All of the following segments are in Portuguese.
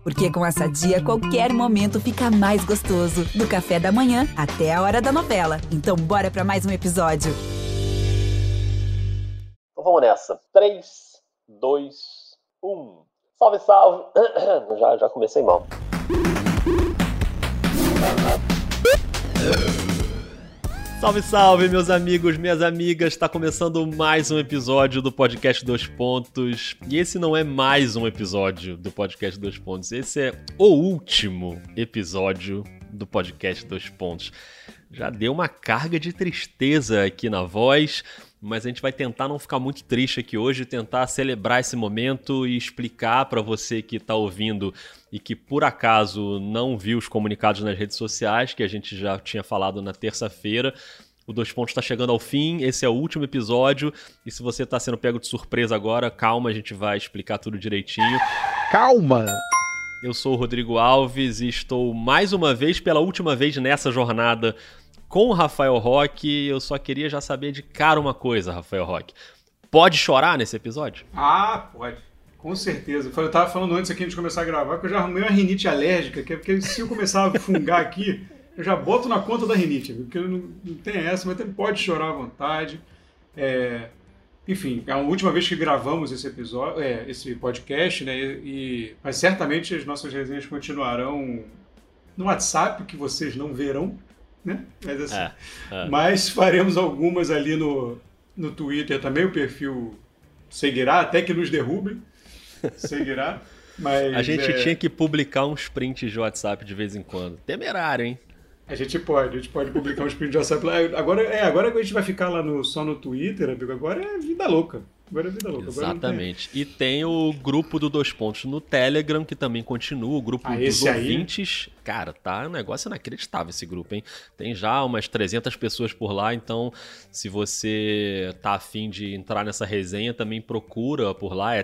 Porque com a Sadia, qualquer momento fica mais gostoso. Do café da manhã até a hora da novela. Então bora pra mais um episódio. Então vamos nessa. 3, 2, 1. Salve, salve. Já comecei mal. Salve, salve, meus amigos, minhas amigas. Está começando mais um episódio do Podcast 2 Pontos. E esse não é mais um episódio do Podcast 2 Pontos. Esse é o último episódio do Podcast 2 Pontos. Já deu uma carga de tristeza aqui na voz, mas a gente vai tentar não ficar muito triste aqui hoje, tentar celebrar esse momento e explicar para você que está ouvindo e que por acaso não viu os comunicados nas redes sociais, que a gente já tinha falado na terça-feira. O 2 Pontos está chegando ao fim, esse é o último episódio, e se você está sendo pego de surpresa agora, calma, a gente vai explicar tudo direitinho. Calma! Eu sou o Rodrigo Alves e estou mais uma vez, pela última vez nessa jornada, com o Rafael Roque. Eu só queria já saber de cara uma coisa, Rafael Roque. Pode chorar nesse episódio? Ah, pode. Com certeza. Eu tava falando antes aqui de começar a gravar que eu já arrumei uma rinite alérgica, que é porque se eu começar a fungar aqui, eu já boto na conta da rinite, porque não tem essa, mas pode chorar à vontade. Enfim, é a última vez que gravamos esse episódio, esse podcast, né? Mas certamente as nossas resenhas continuarão no WhatsApp, que vocês não verão, né? Mas assim, mas faremos algumas ali no Twitter também, o perfil seguirá, até que nos derrubem, seguirá. Mas a gente tinha que publicar uns prints de WhatsApp de vez em quando. Temerário, hein? A gente pode publicar uns prints de WhatsApp lá. Agora que a gente vai ficar lá só no Twitter, amigo, agora é vida louca. Agora é vida louca. Exatamente. E tem o grupo do 2 Pontos no Telegram, que também continua, o grupo dos ouvintes. Cara, tá um negócio inacreditável esse grupo, hein? Tem já umas 300 pessoas por lá, então se você tá afim de entrar nessa resenha, também procura por lá, é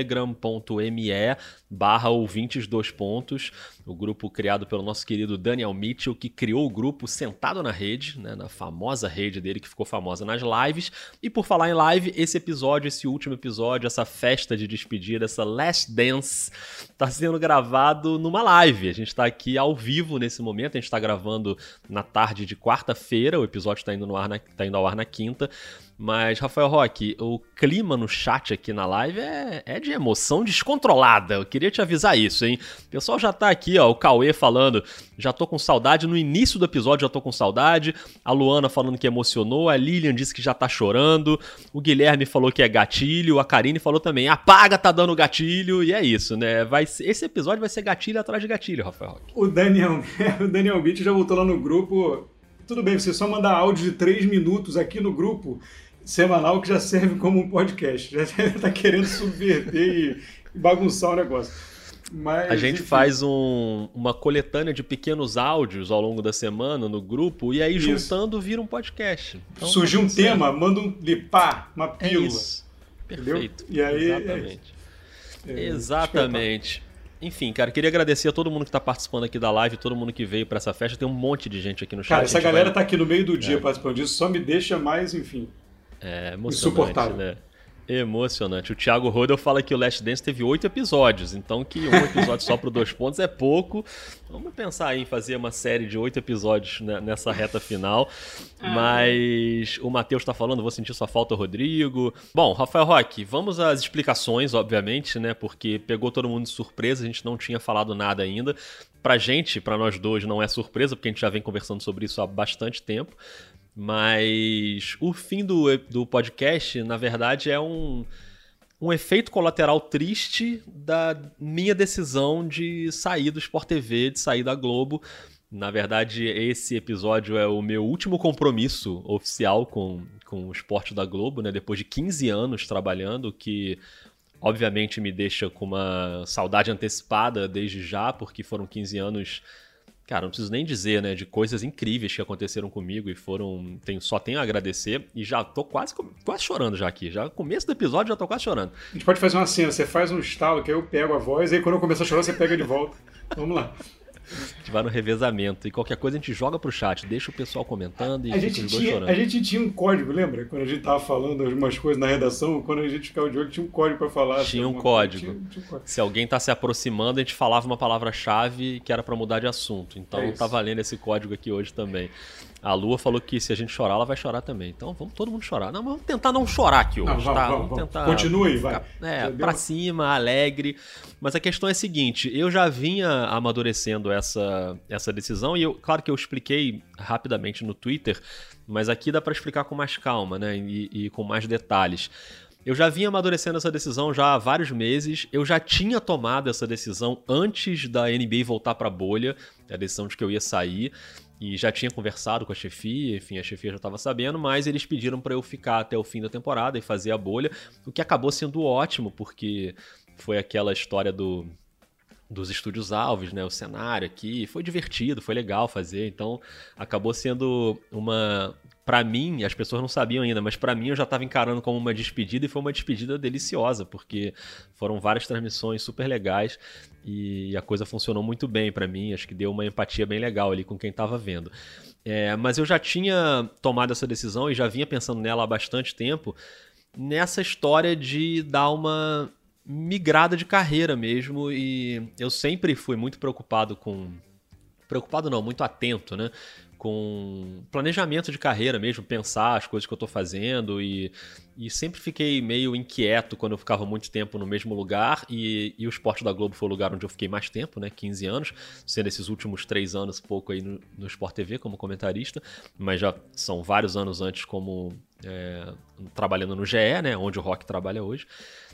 telegram.me/ouvintes 2 pontos, o grupo criado pelo nosso querido Daniel Mitchell, que criou o grupo sentado na rede, né, na famosa rede dele, que ficou famosa nas lives. E por falar em live, esse último episódio, essa festa de despedida, essa Last Dance, tá sendo gravado numa live. A gente tá aqui ao vivo nesse momento, a gente tá gravando na tarde de quarta-feira, o episódio tá indo ao ar na quinta. Mas, Rafael Roque, o clima no chat aqui na live é de emoção descontrolada. Eu queria te avisar isso, hein? O pessoal já tá aqui, ó, o Cauê falando, já tô com saudade. No início do episódio já tô com saudade. A Luana falando que emocionou. A Lilian disse que já tá chorando. O Guilherme falou que é gatilho. A Karine falou também, apaga, tá dando gatilho. E é isso, né? Esse episódio vai ser gatilho atrás de gatilho, Rafael Roque. O Daniel Beach já voltou lá no grupo. Tudo bem, você só mandar áudio de 3 minutos aqui no grupo semanal que já serve como um podcast. Já tá querendo subverter e bagunçar o negócio. Mas, a gente faz uma coletânea de pequenos áudios ao longo da semana no grupo e aí juntando vira um podcast. Então, surgiu um tema, manda uma pílula. Isso. Perfeito. Entendeu? E aí, exatamente. Enfim, cara, queria agradecer a todo mundo que está participando aqui da live, todo mundo que veio para essa festa. Tem um monte de gente aqui no chat. Cara, essa galera tá aqui no meio do dia participando disso, só me deixa mais, enfim, insuportável. Né? Emocionante. O Thiago Rodel fala que o Last Dance teve 8 episódios, então que um episódio só pro 2 Pontos é pouco. Vamos pensar aí em fazer uma série de 8 episódios, né, nessa reta final. Mas o Matheus tá falando, vou sentir sua falta, Rodrigo. Bom, Rafael Roque, vamos às explicações, obviamente, né, porque pegou todo mundo de surpresa, a gente não tinha falado nada ainda. Pra nós dois, não é surpresa, porque a gente já vem conversando sobre isso há bastante tempo. Mas o fim do podcast, na verdade, é um efeito colateral triste da minha decisão de sair do Sport TV, de sair da Globo. Na verdade, esse episódio é o meu último compromisso oficial com o esporte da Globo, né? Depois de 15 anos trabalhando, que obviamente me deixa com uma saudade antecipada desde já, porque foram 15 anos... Cara, não preciso nem dizer, né, de coisas incríveis que aconteceram comigo e só tenho a agradecer e já tô quase chorando já aqui. Já no começo do episódio já tô quase chorando. A gente pode fazer uma cena, você faz um estalo que aí eu pego a voz e aí quando eu começar a chorar você pega de volta. Vamos lá. A gente vai no revezamento. E qualquer coisa a gente joga pro chat, deixa o pessoal comentando e a gente tinha um código, lembra? Quando a gente tava falando algumas coisas na redação, quando a gente ficava de olho, tinha um código para falar. Tinha um código. Tinha um código. Se alguém tá se aproximando, a gente falava uma palavra-chave que era para mudar de assunto. Então tá valendo esse código aqui hoje também. A Lua falou que se a gente chorar, ela vai chorar também. Então vamos todo mundo chorar. Não, vamos tentar não chorar aqui hoje, tá? Vamos tentar. Continue, vai. Pra cima, alegre. Mas a questão é a seguinte, eu já vinha amadurecendo essa decisão e claro que eu expliquei rapidamente no Twitter, mas aqui dá para explicar com mais calma, né? E com mais detalhes. Eu já vinha amadurecendo essa decisão já há vários meses. Eu já tinha tomado essa decisão antes da NBA voltar para a bolha, a decisão de que eu ia sair. E já tinha conversado com a chefia, enfim, a chefia já estava sabendo, mas eles pediram para eu ficar até o fim da temporada e fazer a bolha, o que acabou sendo ótimo, porque foi aquela história dos estúdios Alves, né? O cenário aqui, foi divertido, foi legal fazer, então acabou sendo uma... Pra mim, as pessoas não sabiam ainda, mas pra mim eu já estava encarando como uma despedida e foi uma despedida deliciosa, porque foram várias transmissões super legais e a coisa funcionou muito bem pra mim, acho que deu uma empatia bem legal ali com quem estava vendo. Mas eu já tinha tomado essa decisão e já vinha pensando nela há bastante tempo, nessa história de dar uma migrada de carreira mesmo, e eu sempre fui muito preocupado muito atento, né? Com planejamento de carreira mesmo, pensar as coisas que eu tô fazendo e sempre fiquei meio inquieto quando eu ficava muito tempo no mesmo lugar e o Esporte da Globo foi o lugar onde eu fiquei mais tempo, né, 15 anos, sendo esses últimos 3 anos pouco aí no Sport TV como comentarista, mas já são vários anos antes como trabalhando no GE, né, onde o Rock trabalha hoje.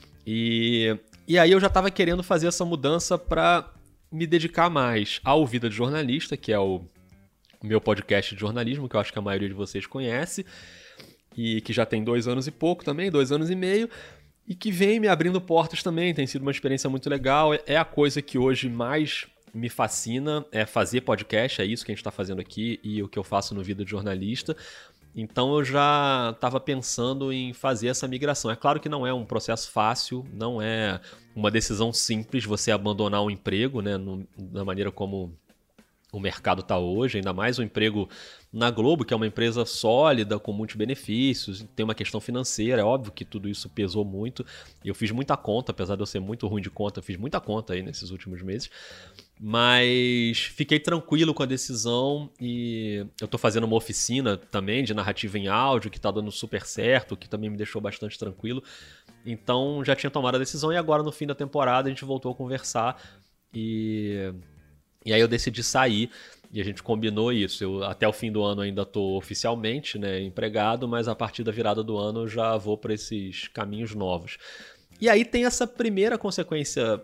E aí eu já tava querendo fazer essa mudança para me dedicar mais ao Vida de Jornalista, que é o meu podcast de jornalismo, que eu acho que a maioria de vocês conhece, e que já tem 2 anos e pouco também, 2 anos e meio, e que vem me abrindo portas também, tem sido uma experiência muito legal, é a coisa que hoje mais me fascina, é fazer podcast, é isso que a gente está fazendo aqui, e o que eu faço no Vida de Jornalista. Então eu já estava pensando em fazer essa migração. É claro que não é um processo fácil, não é uma decisão simples você abandonar um emprego, né, da maneira como o mercado está hoje, ainda mais um emprego na Globo, que é uma empresa sólida, com muitos benefícios, tem uma questão financeira, é óbvio que tudo isso pesou muito. Eu fiz muita conta, apesar de eu ser muito ruim de conta, fiz muita conta aí nesses últimos meses, mas fiquei tranquilo com a decisão e eu estou fazendo uma oficina também de narrativa em áudio, que está dando super certo, que também me deixou bastante tranquilo. Então já tinha tomado a decisão e agora no fim da temporada a gente voltou a conversar e aí eu decidi sair e a gente combinou isso. Eu até o fim do ano ainda estou oficialmente, né, empregado, mas a partir da virada do ano eu já vou para esses caminhos novos. E aí tem essa primeira consequência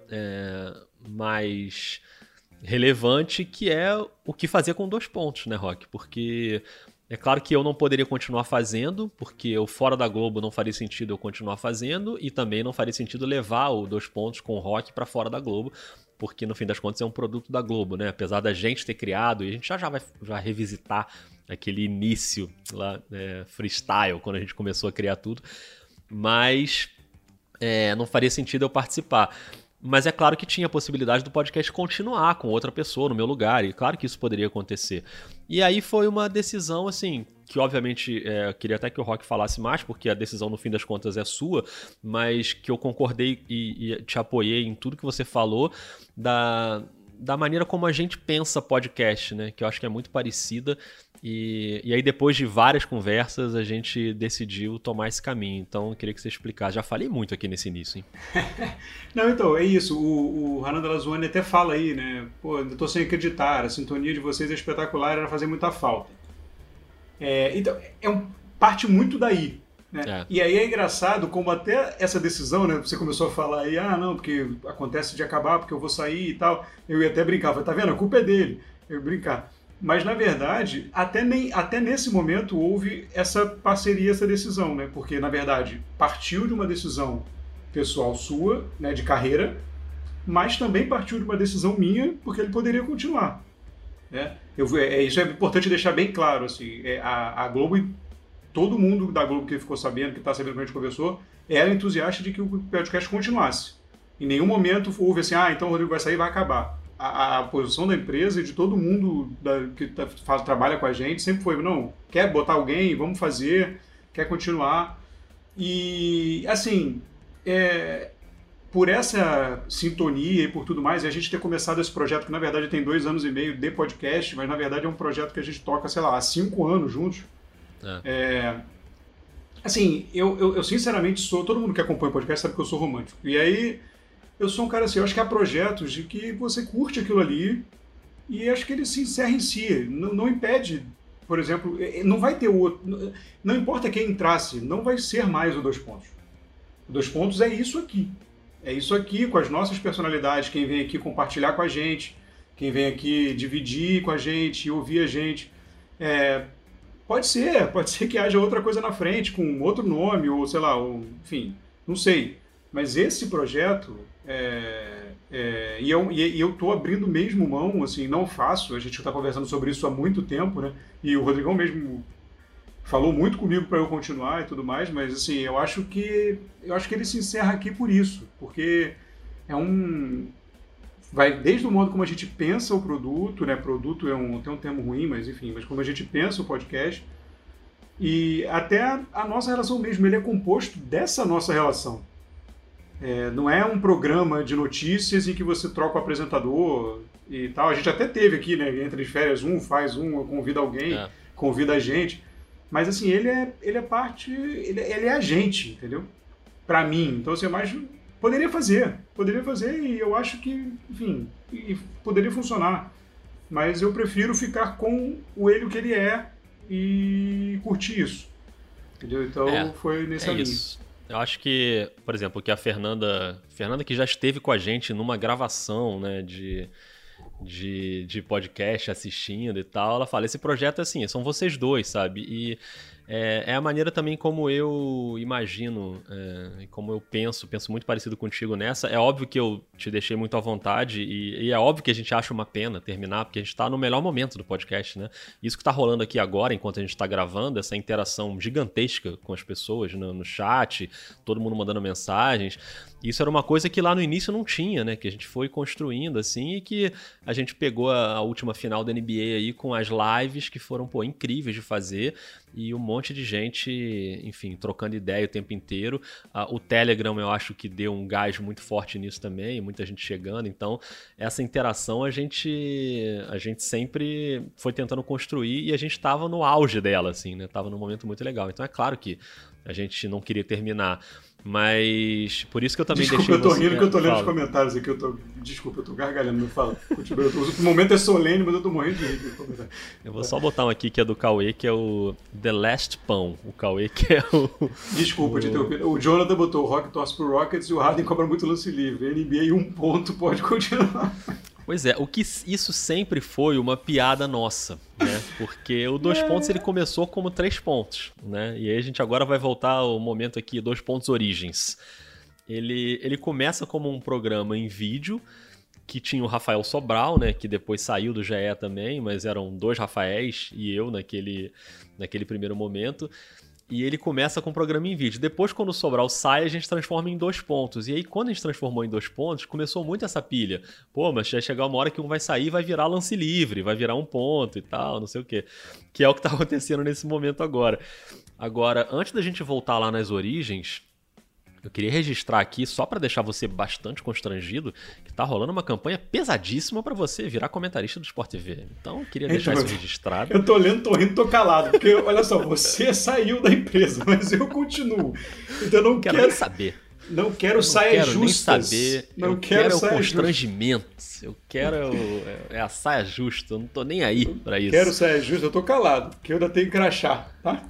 mais relevante, que é o que fazer com 2 pontos, né, Rock? Porque é claro que eu não poderia continuar fazendo, porque eu fora da Globo não faria sentido eu continuar fazendo e também não faria sentido levar o 2 pontos com o Rock para fora da Globo, porque no fim das contas é um produto da Globo, né? Apesar da gente ter criado, e a gente já vai revisitar aquele início lá, freestyle, quando a gente começou a criar tudo, mas não faria sentido eu participar. Mas é claro que tinha a possibilidade do podcast continuar com outra pessoa no meu lugar, e claro que isso poderia acontecer. E aí foi uma decisão, assim, que obviamente eu queria até que o Rock falasse mais, porque a decisão no fim das contas é sua, mas que eu concordei e te apoiei em tudo que você falou da maneira como a gente pensa podcast, né? Que eu acho que é muito parecida. E aí depois de várias conversas a gente decidiu tomar esse caminho. Então eu queria que você explicasse. Já falei muito aqui nesse início, hein? Não, então, é isso. O Hanan Delazuani até fala aí, né? Pô, eu tô sem acreditar. A sintonia de vocês é espetacular, era fazer muita falta. Então, parte muito daí. Né? E aí é engraçado como até essa decisão, né? Você começou a falar aí, não, porque acontece de acabar, porque eu vou sair e tal. Eu ia até brincar, falei, tá vendo? A culpa é dele. Eu ia brincar. Mas, na verdade, até nesse momento houve essa parceria, essa decisão, né? Porque, na verdade, partiu de uma decisão pessoal sua, né, de carreira, mas também partiu de uma decisão minha, porque ele poderia continuar. Né? Isso é importante deixar bem claro. Assim, a Globo, todo mundo da Globo que ficou sabendo, que está sabendo que a gente conversou, era entusiasta de que o podcast continuasse. Em nenhum momento houve assim, então o Rodrigo vai sair e vai acabar. a posição da empresa e de todo mundo que trabalha com a gente sempre foi, não, quer botar alguém, vamos fazer, quer continuar. E, assim, por essa sintonia e por tudo mais, e a gente ter começado esse projeto, que na verdade tem 2 anos e meio de podcast, mas na verdade é um projeto que a gente toca, sei lá, há 5 anos juntos. Assim, eu sinceramente sou... Todo mundo que acompanha o podcast sabe que eu sou romântico. E aí, eu sou um cara assim, eu acho que há projetos de que você curte aquilo ali e acho que ele se encerra em si. Não impede, por exemplo, não vai ter outro... Não importa quem entrasse, não vai ser mais o Dois Pontos. O Dois Pontos é isso aqui. É isso aqui, com as nossas personalidades, quem vem aqui compartilhar com a gente, quem vem aqui dividir com a gente, ouvir a gente. Pode ser que haja outra coisa na frente, com outro nome, ou sei lá, enfim, não sei. Mas esse projeto, e eu estou abrindo mesmo mão, assim, não faço, a gente está conversando sobre isso há muito tempo, né? E o Rodrigão mesmo falou muito comigo para eu continuar e tudo mais, mas assim, eu acho que ele se encerra aqui por isso, porque vai desde o modo como a gente pensa o produto, né? Produto tem um termo ruim, mas enfim, mas como a gente pensa o podcast e até a nossa relação mesmo, ele é composto dessa nossa relação. Não é um programa de notícias em que você troca o apresentador e tal. A gente até teve aqui, né? Entre as férias, faz convida alguém, convida a gente. Mas assim, ele é parte, ele é a gente, entendeu? Pra mim. Então, assim, mais poderia fazer e eu acho que, enfim, poderia funcionar. Mas eu prefiro ficar com ele o que ele é e curtir isso. Entendeu? Então, foi nessa linha. Isso. Eu acho que, por exemplo, que a Fernanda que já esteve com a gente numa gravação, né, de podcast assistindo e tal, ela fala, esse projeto é assim, são vocês dois, sabe? E é a maneira também como eu imagino e como eu penso muito parecido contigo nessa. É óbvio que eu te deixei muito à vontade e é óbvio que a gente acha uma pena terminar, porque a gente está no melhor momento do podcast, né? Isso que está rolando aqui agora, enquanto a gente está gravando, essa interação gigantesca com as pessoas no chat, todo mundo mandando mensagens. Isso era uma coisa que lá no início não tinha, né? Que a gente foi construindo, assim, e que a gente pegou a última final da NBA aí com as lives que foram, incríveis de fazer e um monte de gente, enfim, trocando ideia o tempo inteiro. O Telegram, eu acho que deu um gás muito forte nisso também, muita gente chegando. Então, essa interação a gente sempre foi tentando construir e a gente estava no auge dela, assim, né? Tava num momento muito legal. Então, é claro que a gente não queria terminar. Mas por isso que eu também deixei... Desculpa, eu tô rindo que eu tô lendo os comentários aqui. Desculpa, eu tô gargalhando, não fala. O momento é solene, mas eu tô morrendo de rir. Eu vou só botar um aqui que é do Cauê, que é o The Last Pão. O Cauê que é o... Desculpa te interromper. O Jonathan botou o Rock torce pro Rockets e o Harden cobra muito lance livre. NBA 1 ponto, pode continuar. Pois é, o que isso sempre foi uma piada nossa, né? Porque o 2 pontos ele começou como 3 pontos, né? E aí a gente agora vai voltar ao momento aqui, 2 pontos origens. Ele começa como um programa em vídeo, que tinha o Rafael Sobral, né? Que depois saiu do GE também, mas eram 2 Rafaéis e eu naquele primeiro momento. E ele começa com um programa em vídeo. Depois, quando o Sobral sai, a gente transforma em 2 pontos. E aí, quando a gente transformou em 2 pontos, começou muito essa pilha. Mas vai chegar uma hora que um vai sair e vai virar lance livre, vai virar 1 ponto e tal, não sei o quê. Que é o que tá acontecendo nesse momento agora. Agora, antes da gente voltar lá nas origens, eu queria registrar aqui, só para deixar você bastante constrangido, que tá rolando uma campanha pesadíssima para você virar comentarista do Sport TV. Então, eu queria deixar isso registrado. Eu tô lendo, tô rindo, tô calado. Porque, olha só, você saiu da empresa, mas eu continuo. Então, eu não quero nem saber. Não quero saias justas. Nem saber. Eu quero o constrangimento. Eu quero a saia justa. Eu não tô nem aí para isso. Quero saia justa, eu tô calado, porque eu ainda tenho que crachá, tá?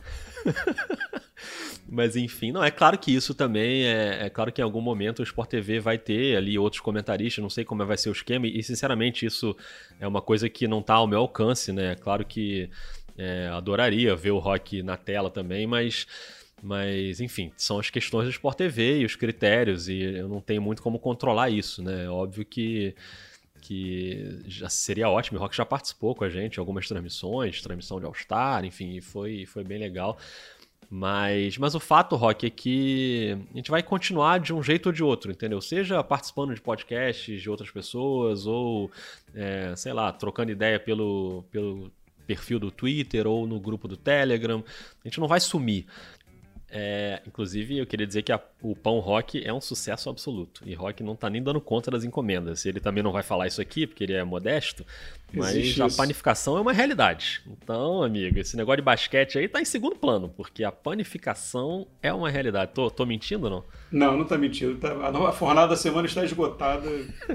Mas enfim, não, é claro que isso também, é claro que em algum momento o Sport TV vai ter ali outros comentaristas, não sei como vai ser o esquema, e sinceramente isso é uma coisa que não está ao meu alcance, né? É claro que adoraria ver o Rock na tela também, mas enfim, são as questões do Sport TV e os critérios, e eu não tenho muito como controlar isso, né? É óbvio que já seria ótimo, o Rock já participou com a gente em algumas transmissões, transmissão de All-Star, enfim, foi bem legal. Mas o fato, Rock, é que a gente vai continuar de um jeito ou de outro, entendeu? Seja participando de podcasts de outras pessoas ou, sei lá, trocando ideia pelo perfil do Twitter ou no grupo do Telegram. A gente não vai sumir. Inclusive, eu queria dizer que o Pão Rock é um sucesso absoluto. E Rock não tá nem dando conta das encomendas. Ele também não vai falar isso aqui, porque ele é modesto. Mas a panificação é uma realidade. Então, amigo, esse negócio de basquete aí tá em segundo plano, porque a panificação é uma realidade. Tô mentindo ou não? Não tá mentindo. A jornada da semana está esgotada.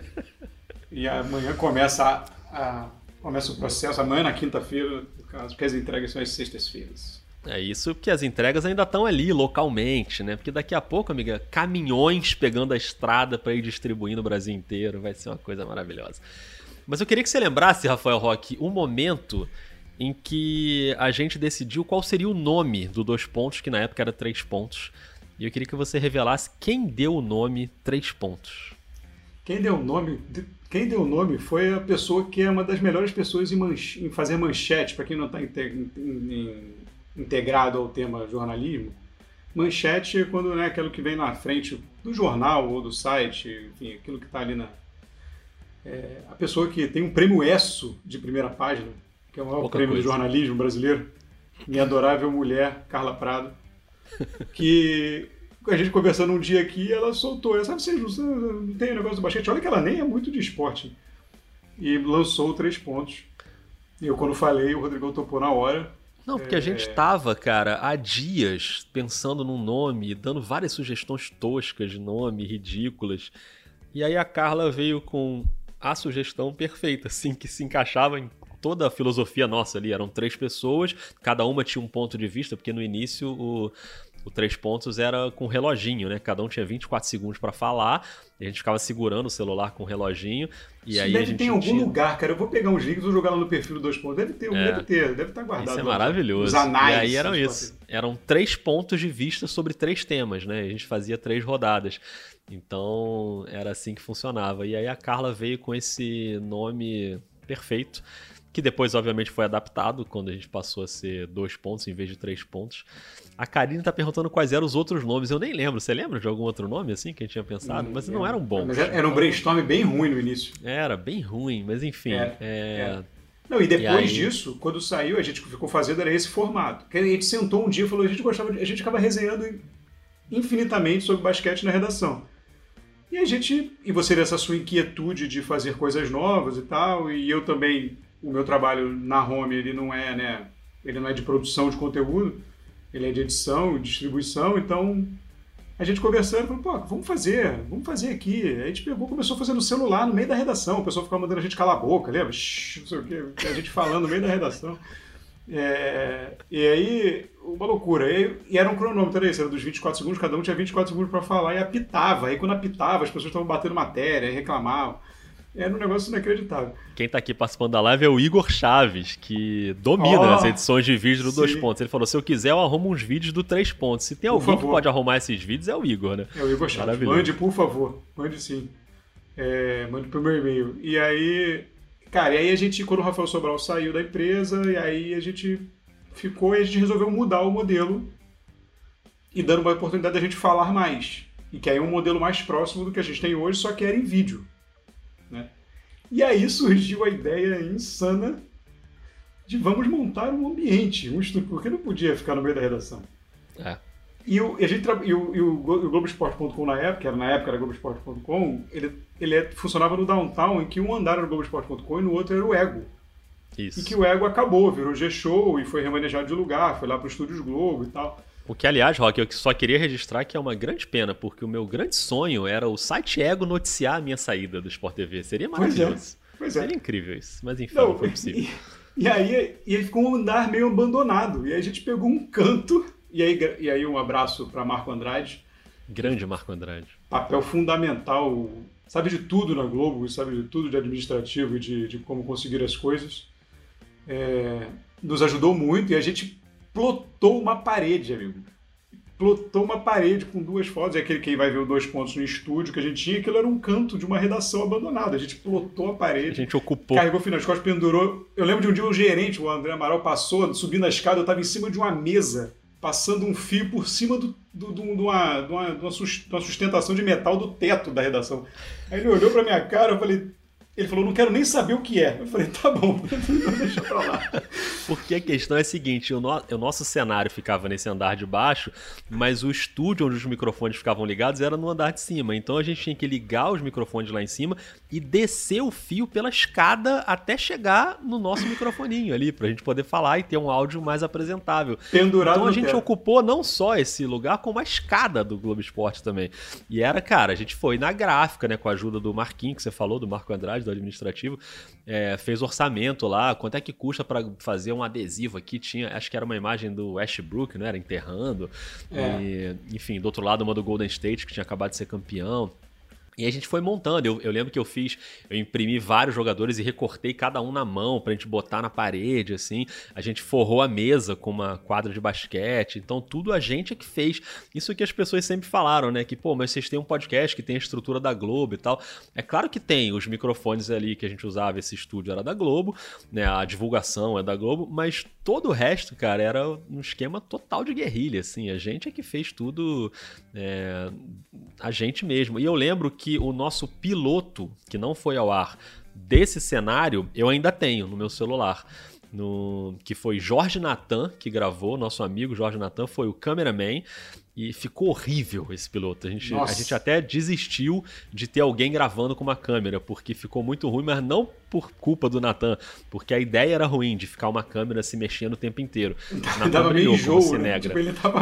E amanhã começa o processo. Amanhã, na quinta-feira, no caso, porque as entregas são às sextas-feiras. É isso, porque as entregas ainda estão ali localmente, né? Porque daqui a pouco, amiga, caminhões pegando a estrada para ir distribuindo o Brasil inteiro. Vai ser uma coisa maravilhosa. Mas eu queria que você lembrasse, Rafael Roque, um momento em que a gente decidiu qual seria o nome do 2 pontos, que na época era 3 pontos. E eu queria que você revelasse quem deu o nome 3 pontos. Quem deu o nome foi a pessoa que é uma das melhores pessoas em fazer manchete, para quem não está integrado ao tema jornalismo. Manchete é quando, né, aquilo que vem na frente do jornal ou do site, enfim, aquilo que está ali a pessoa que tem um prêmio ESSO de primeira página, que é o maior prêmio do jornalismo brasileiro, minha adorável mulher, Carla Prado, que a gente conversando um dia aqui, ela soltou, sabe, você não tem o negócio do basquete, olha que ela nem é muito de esporte, e lançou 3 pontos. E eu, quando falei, o Rodrigão topou na hora. Não, porque a gente tava, cara, há dias pensando num nome, dando várias sugestões toscas de nome, ridículas. E aí a Carla veio com a sugestão perfeita, assim, que se encaixava em toda a filosofia nossa ali. Eram 3 pessoas, cada uma tinha um ponto de vista, porque no início o 3 pontos era com reloginho, né? Cada um tinha 24 segundos para falar, e a gente ficava segurando o celular com o reloginho. E isso aí deve ter em algum lugar, cara. Eu vou pegar uns links e vou jogar lá no perfil do 2 pontos. Deve estar guardado. Isso é maravilhoso. Os anais. E aí eram isso. Eram 3 pontos de vista sobre 3 temas, né? A gente fazia 3 rodadas. Então era assim que funcionava. E aí a Carla veio com esse nome perfeito, que depois, obviamente, foi adaptado quando a gente passou a ser 2 pontos em vez de 3 pontos. A Karine tá perguntando quais eram os outros nomes. Eu nem lembro. Você lembra de algum outro nome assim que a gente tinha pensado? Mas não eram bons. Mas era um brainstorm bem ruim no início. Era bem ruim, mas enfim. Não, e depois disso, quando saiu, a gente ficou fazendo era esse formato. A gente sentou um dia e falou, a gente ficava resenhando infinitamente sobre basquete na redação. E você dessa sua inquietude de fazer coisas novas e tal, e eu também, o meu trabalho na Home, ele não é de produção de conteúdo, ele é de edição e distribuição, então a gente conversando, falou, pô, vamos fazer aqui. Aí a gente começou a fazer no celular, no meio da redação, o pessoal ficava mandando a gente calar a boca, lembra? Shhh, não sei o quê, a gente falando no meio da redação. E aí, uma loucura. E era um cronômetro, era isso, era dos 24 segundos, cada um tinha 24 segundos para falar e apitava. Aí quando apitava, as pessoas estavam batendo matéria, reclamavam. Era um negócio inacreditável. Quem tá aqui participando da live é o Igor Chaves, que domina as edições de vídeo do 2 pontos. Ele falou, se eu quiser eu arrumo uns vídeos do 3 pontos. Se tem alguém que pode arrumar esses vídeos, é o Igor, né? É o Igor Chaves. Mande, por favor. Mande sim. Mande pro meu e-mail. E aí, cara, a gente, quando o Rafael Sobral saiu da empresa, e aí a gente ficou e a gente resolveu mudar o modelo e dando uma oportunidade da gente falar mais. E que aí é um modelo mais próximo do que a gente tem hoje, só que era em vídeo. Né? E aí surgiu a ideia insana de vamos montar um ambiente, um estúdio, porque não podia ficar no meio da redação. E o Globoesporte.com na época era Globoesporte.com, ele funcionava no downtown, em que um andar era o Globoesporte.com e no outro era o Ego. Isso. E que o Ego acabou, virou G-Show e foi remanejado de lugar, foi lá para os Estúdios Globo e tal. O que, aliás, Rock, eu só queria registrar que é uma grande pena, porque o meu grande sonho era o site Ego noticiar a minha saída do Sport TV. Seria maravilhoso. Pois é. Seria incrível isso, mas enfim, não foi possível. E aí ele ficou um andar meio abandonado. E aí a gente pegou um canto, e aí um abraço para Marco Andrade. Grande Marco Andrade. Papel fundamental, sabe de tudo na Globo, sabe de tudo de administrativo e de como conseguir as coisas. Nos ajudou muito e a gente plotou uma parede, amigo. Plotou uma parede com 2 fotos. É aquele que vai ver o 2 pontos no estúdio que a gente tinha, aquilo era um canto de uma redação abandonada. A gente plotou a parede. A gente ocupou. Carregou final de costas, pendurou. Eu lembro de um dia o gerente, o André Amaral, passou, subindo a escada, eu estava em cima de uma mesa passando um fio por cima de uma sustentação de metal do teto da redação. Aí ele olhou pra minha cara, eu falei... Ele falou, não quero nem saber o que é. Eu falei, tá bom, deixa pra lá. Porque a questão é a seguinte, o nosso cenário ficava nesse andar de baixo, mas o estúdio onde os microfones ficavam ligados era no andar de cima. Então a gente tinha que ligar os microfones lá em cima e descer o fio pela escada até chegar no nosso microfoninho ali, pra gente poder falar e ter um áudio mais apresentável. Pendurado então a no gente teto. ocupou não só esse lugar, como a escada do Globo Esporte também. E era, cara, a gente foi na gráfica, né, com a ajuda do Marquinhos, que você falou, do Marco Andrade, do administrativo, fez orçamento lá, quanto é que custa para fazer um adesivo aqui, tinha, acho que era uma imagem do Westbrook, né, era enterrando, e, enfim, do outro lado uma do Golden State, que tinha acabado de ser campeão. E aí a gente foi montando, eu lembro que eu imprimi vários jogadores e recortei cada um na mão pra gente botar na parede, assim. A gente forrou a mesa com uma quadra de basquete, então tudo a gente é que fez. Isso que as pessoas sempre falaram, né, que, pô, mas vocês têm um podcast que tem a estrutura da Globo e tal. É claro que tem, os microfones ali que a gente usava, esse estúdio era da Globo, né, a divulgação é da Globo, mas todo o resto, cara, era um esquema total de guerrilha, assim. A gente é que fez tudo, a gente mesmo. E eu lembro que o nosso piloto, que não foi ao ar, desse cenário, eu ainda tenho no meu celular. Que foi Jorge Natan, que gravou, nosso amigo Jorge Natan, foi o cameraman, e ficou horrível esse piloto. A gente até desistiu de ter alguém gravando com uma câmera, porque ficou muito ruim, mas não por culpa do Natan, porque a ideia era ruim, de ficar uma câmera se mexendo o tempo inteiro. Dava meio enjoo, né? Tipo, ele tava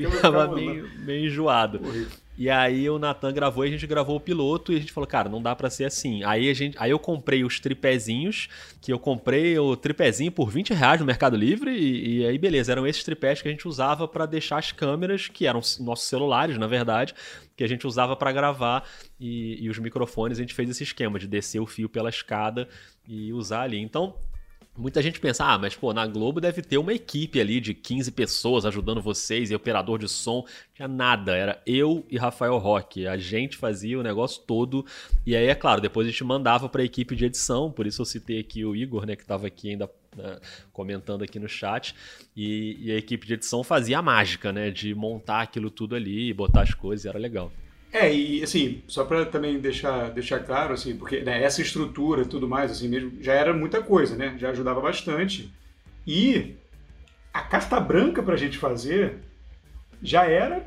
meio enjoado. E aí o Natan gravou e a gente gravou o piloto e a gente falou, cara, não dá pra ser assim. Aí eu comprei os tripézinhos, que eu comprei o tripézinho por R$20 no Mercado Livre e aí beleza, eram esses tripés que a gente usava pra deixar as câmeras, que eram nossos celulares, na verdade, que a gente usava pra gravar e os microfones, a gente fez esse esquema de descer o fio pela escada e usar ali. Então... muita gente pensa, mas pô, na Globo deve ter uma equipe ali de 15 pessoas ajudando vocês e operador de som. Não tinha nada, era eu e Rafael Roque. A gente fazia o negócio todo. E aí, é claro, depois a gente mandava para a equipe de edição. Por isso eu citei aqui o Igor, né, que estava aqui ainda comentando aqui no chat. E a equipe de edição fazia a mágica, né, de montar aquilo tudo ali, botar as coisas, e era legal. E assim, só para também deixar claro, assim, porque né, essa estrutura e tudo mais, assim mesmo, já era muita coisa, né? Já ajudava bastante. E a carta branca pra gente fazer já era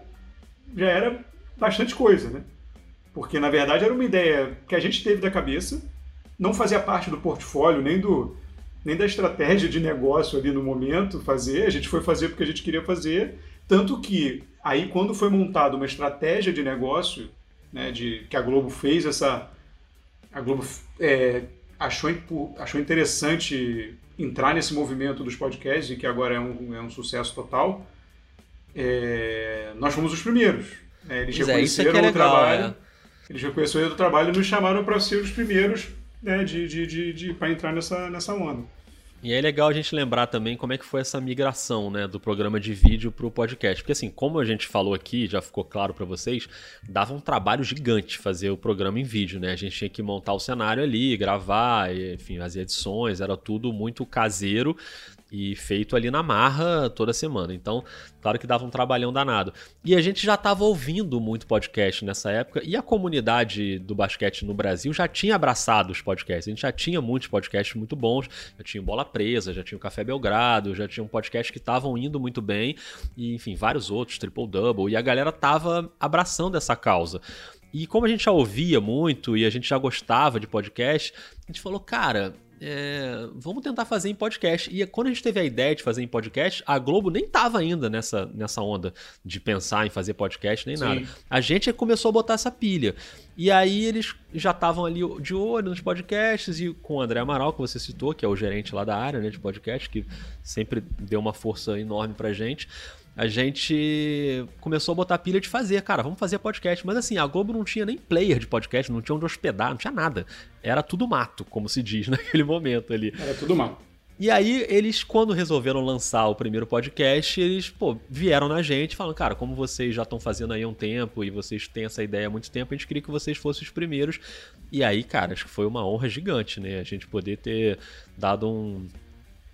bastante coisa, né? Porque, na verdade, era uma ideia que a gente teve da cabeça, não fazia parte do portfólio, nem da estratégia de negócio ali no momento fazer, a gente foi fazer porque a gente queria fazer, tanto que aí quando foi montada uma estratégia de negócio, né, que a Globo fez a Globo achou interessante entrar nesse movimento dos podcasts, e que agora é um sucesso total, nós fomos os primeiros. Eles reconheceram o trabalho, eles reconheceram o trabalho e nos chamaram para ser os primeiros, né, para entrar nessa onda. E é legal a gente lembrar também como é que foi essa migração, né, do programa de vídeo para o podcast. Porque assim, como a gente falou aqui, já ficou claro para vocês, dava um trabalho gigante fazer o programa em vídeo, né? A gente tinha que montar o cenário ali, gravar, enfim, as edições, era tudo muito caseiro e feito ali na marra toda semana. Então, claro que dava um trabalhão danado. E a gente já estava ouvindo muito podcast nessa época, e a comunidade do basquete no Brasil já tinha abraçado os podcasts. A gente já tinha muitos podcasts muito bons, já tinha o Bola Presa, já tinha o Café Belgrado, já tinha um podcast que estavam indo muito bem, e enfim, vários outros, Triple Double, e a galera tava abraçando essa causa. E como a gente já ouvia muito e a gente já gostava de podcast, a gente falou, cara... vamos tentar fazer em podcast. E quando a gente teve a ideia de fazer em podcast, a Globo nem tava ainda nessa onda de pensar em fazer podcast, nem nada. A gente começou a botar essa pilha. E aí eles já estavam ali de olho nos podcasts, e com o André Amaral, que você citou, que é o gerente lá da área, né, de podcast, que sempre deu uma força enorme pra gente. A gente começou a botar a pilha de fazer, cara, vamos fazer podcast. Mas assim, a Globo não tinha nem player de podcast, não tinha onde hospedar, não tinha nada. Era tudo mato, como se diz naquele momento ali. Era tudo mato. E aí, eles, quando resolveram lançar o primeiro podcast, eles, vieram na gente falando, cara, como vocês já estão fazendo aí há um tempo e vocês têm essa ideia há muito tempo, a gente queria que vocês fossem os primeiros. E aí, cara, acho que foi uma honra gigante, né? A gente poder ter dado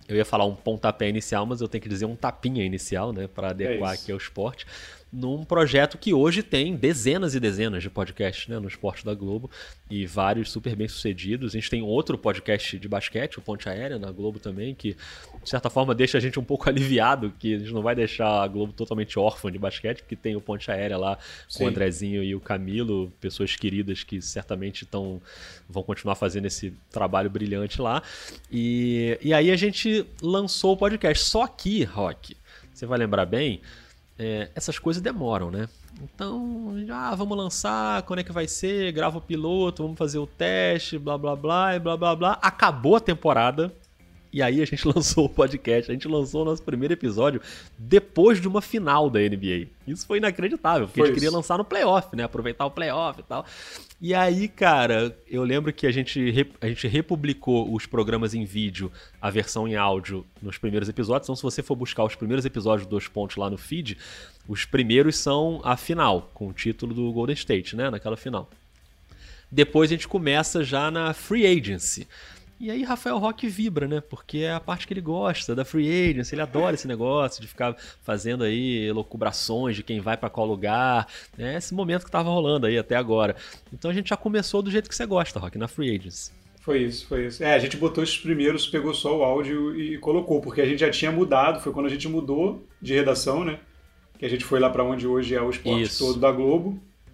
Eu ia falar um pontapé inicial, mas eu tenho que dizer um tapinha inicial, né? Para adequar aqui ao esporte. Num projeto que hoje tem dezenas e dezenas de podcasts, né, no Esporte da Globo, e vários super bem sucedidos. A gente tem outro podcast de basquete, o Ponte Aérea, na Globo também, que de certa forma deixa a gente um pouco aliviado, que a gente não vai deixar a Globo totalmente órfã de basquete, porque tem o Ponte Aérea lá, com o Andrezinho e o Camilo, pessoas queridas que certamente vão continuar fazendo esse trabalho brilhante lá. E aí a gente lançou o podcast. Só que, Rock, você vai lembrar bem, essas coisas demoram, né? Então, vamos lançar, quando é que vai ser? Grava o piloto, vamos fazer o teste, blá, blá, blá, e blá, blá, blá. Acabou a temporada, e aí a gente lançou o podcast. A gente lançou o nosso primeiro episódio depois de uma final da NBA. Isso foi inacreditável, porque a gente queria lançar no playoff, né? Aproveitar o playoff e tal. E aí, cara, eu lembro que a gente republicou os programas em vídeo, a versão em áudio, nos primeiros episódios. Então, se você for buscar os primeiros episódios do 2 Pontos lá no feed, os primeiros são a final, com o título do Golden State, né? Naquela final. Depois a gente começa já na Free Agency. E aí Rafael Roque vibra, né? Porque é a parte que ele gosta da Free Agency, ele adora esse negócio de ficar fazendo aí elucubrações de quem vai pra qual lugar, né? Esse momento que tava rolando aí até agora. Então a gente já começou do jeito que você gosta, Roque, na Free Agency. Foi isso. A gente botou esses primeiros, pegou só o áudio e colocou, porque a gente já tinha mudado, foi quando a gente mudou de redação, né? Que a gente foi lá pra onde hoje é o Esporte Todo da Globo,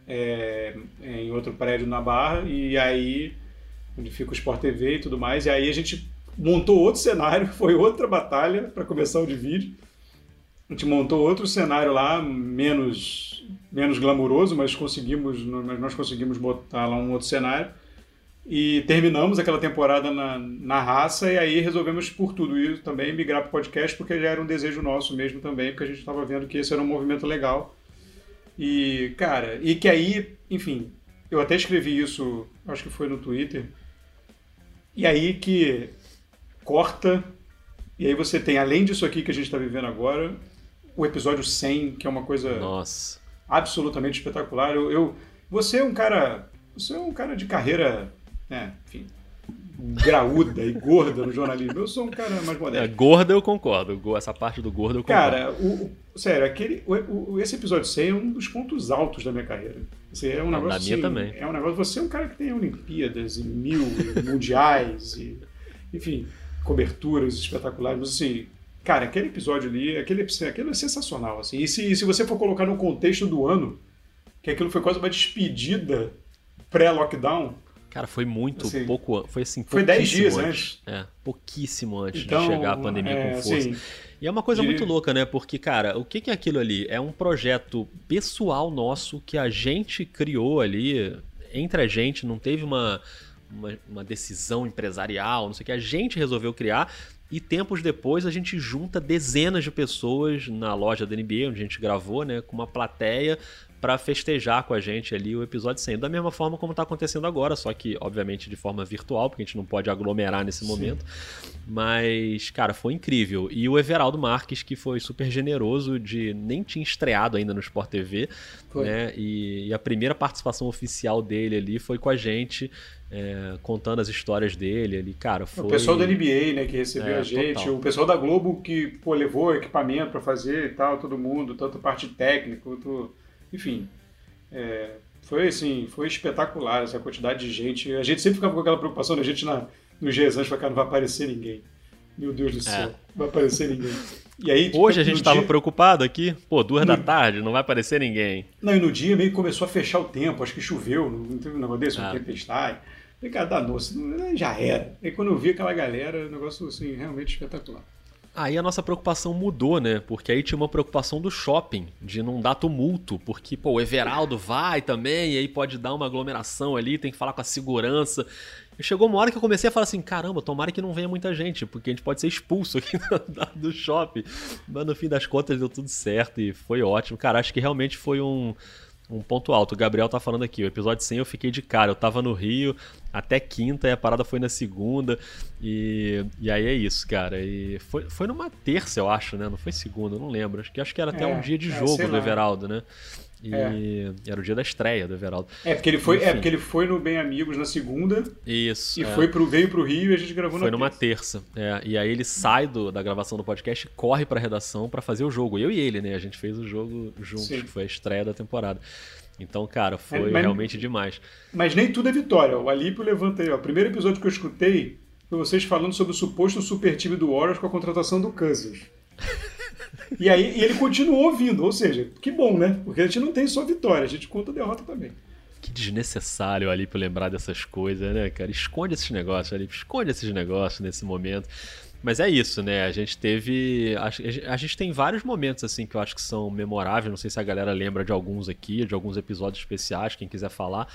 em outro prédio na Barra, e aí onde fica o Sport TV e tudo mais, e aí a gente montou outro cenário, foi outra batalha para começar o de vídeo. A gente montou outro cenário lá, menos glamuroso, mas nós conseguimos botar lá um outro cenário. E terminamos aquela temporada na raça, e aí resolvemos, por tudo isso, também migrar para o podcast, porque já era um desejo nosso mesmo também, porque a gente estava vendo que esse era um movimento legal. E, cara, e que aí, enfim, eu até escrevi isso, acho que foi no Twitter, e aí que corta, e aí você tem, além disso aqui que a gente está vivendo agora, o episódio 100, que é uma coisa absolutamente espetacular. Você é um cara de carreira, né, enfim, graúda e gorda no jornalismo. Eu sou um cara mais modesto. Gorda eu concordo, essa parte do gordo eu concordo. Cara, sério, esse episódio 100 é um dos pontos altos da minha carreira. Assim, é um negócio, da minha também. É um negócio, você é um cara que tem Olimpíadas e 1000 mundiais e, enfim, coberturas espetaculares, mas assim, cara, aquele episódio ali, aquele é sensacional, assim. E se você for colocar no contexto do ano, que aquilo foi quase uma despedida pré-lockdown. Cara, foi muito assim, pouco, foi assim, foi 10 dias antes. Pouquíssimo antes de chegar a pandemia com força. Assim, e é uma coisa muito louca, né? Porque, cara, o que é aquilo ali? É um projeto pessoal nosso que a gente criou ali, entre a gente, não teve uma decisão empresarial, não sei o que, a gente resolveu criar. E tempos depois a gente junta dezenas de pessoas na loja da NBA, onde a gente gravou, né, com uma plateia para festejar com a gente ali o episódio 100. Da mesma forma como está acontecendo agora, só que, obviamente, de forma virtual, porque a gente não pode aglomerar nesse momento. Mas, cara, foi incrível. E o Everaldo Marques, que foi super generoso de nem tinha estreado ainda no Sport TV, né? E a primeira participação oficial dele ali foi com a gente, contando as histórias dele ali, cara, foi... O pessoal da NBA, né, que recebeu a gente, total. O pessoal da Globo que, levou equipamento para fazer e tal, todo mundo, tanto parte técnica, enfim, foi assim, foi espetacular essa quantidade de gente. A gente sempre ficava com aquela preocupação, né? A gente nos dias antes, cara, não vai aparecer ninguém. Meu Deus do céu, não vai aparecer ninguém. E aí, hoje a gente estava preocupado aqui, 2 da tarde, não vai aparecer ninguém. Não, e no dia meio que começou a fechar o tempo, acho que choveu, não teve um negócio desse, uma tempestade. E, cara, danou-se, já era. E quando eu vi aquela galera, o negócio, assim, realmente espetacular. Aí a nossa preocupação mudou, né? Porque aí tinha uma preocupação do shopping, de não dar tumulto, porque, o Everaldo vai também, e aí pode dar uma aglomeração ali, tem que falar com a segurança. E chegou uma hora que eu comecei a falar assim, caramba, tomara que não venha muita gente, porque a gente pode ser expulso aqui do shopping. Mas no fim das contas deu tudo certo e foi ótimo. Cara, acho que realmente foi um ponto alto. O Gabriel tá falando aqui, o episódio 100 eu fiquei de cara, eu tava no Rio até quinta e a parada foi na segunda, e aí é isso, cara. E foi numa terça, eu acho, né? Não foi segunda, eu não lembro. Acho que era até um dia de jogo do Everaldo, né? e era o dia da estreia do Everaldo. Porque ele foi no Bem Amigos na segunda. Isso. E veio pro Rio e a gente gravou foi numa terça. E aí ele sai da gravação do podcast e corre pra redação pra fazer o jogo. Eu e ele, né? A gente fez o jogo juntos, que foi a estreia da temporada. Então, cara, foi realmente demais. Mas nem tudo é vitória. O Alípio levanta aí. O primeiro episódio que eu escutei foi vocês falando sobre o suposto super time do Warriors com a contratação do Cousins. E aí ele continuou ouvindo, ou seja, que bom, né? Porque a gente não tem só vitória, a gente conta a derrota também. Que desnecessário ali pra lembrar dessas coisas, né, cara? Esconde esses negócios ali, esconde esses negócios nesse momento. Mas é isso, né? A gente tem vários momentos assim que eu acho que são memoráveis. Não sei se a galera lembra de alguns aqui, de alguns episódios especiais, quem quiser falar.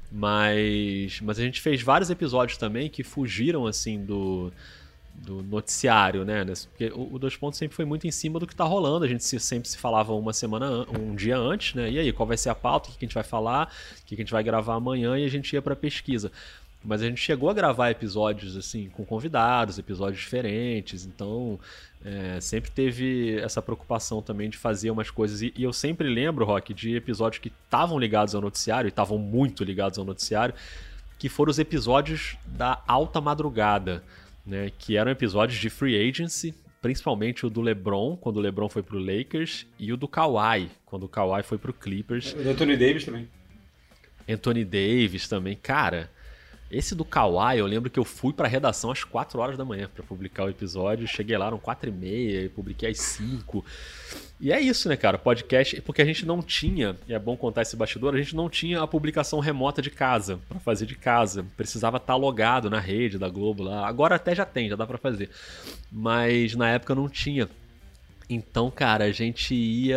Mas a gente fez vários episódios também que fugiram assim do noticiário, né? Porque o Dois Pontos sempre foi muito em cima do que tá rolando. A gente sempre se falava um dia antes, né? E aí, qual vai ser a pauta? O que a gente vai falar? O que a gente vai gravar amanhã? E a gente ia pra pesquisa. Mas a gente chegou a gravar episódios assim com convidados, episódios diferentes. Então, sempre teve essa preocupação também de fazer umas coisas. E eu sempre lembro, Rock, de episódios que estavam ligados ao noticiário, e estavam muito ligados ao noticiário, que foram os episódios da alta madrugada, né, que eram episódios de free agency, principalmente o do LeBron, quando o LeBron foi pro Lakers, e o do Kawhi, quando o Kawhi foi pro Clippers. O do Anthony Davis também. Anthony Davis também. Cara, esse do Kawhi, eu lembro que eu fui pra redação às 4 horas da manhã pra publicar o episódio, cheguei lá, eram 4h30, publiquei às 5. E é isso, né, cara, podcast, porque a gente não tinha, e é bom contar esse bastidor, a gente não tinha a publicação remota de casa, pra fazer de casa, precisava estar logado na rede da Globo lá, agora até já tem, já dá pra fazer, mas na época não tinha. Então, cara, a gente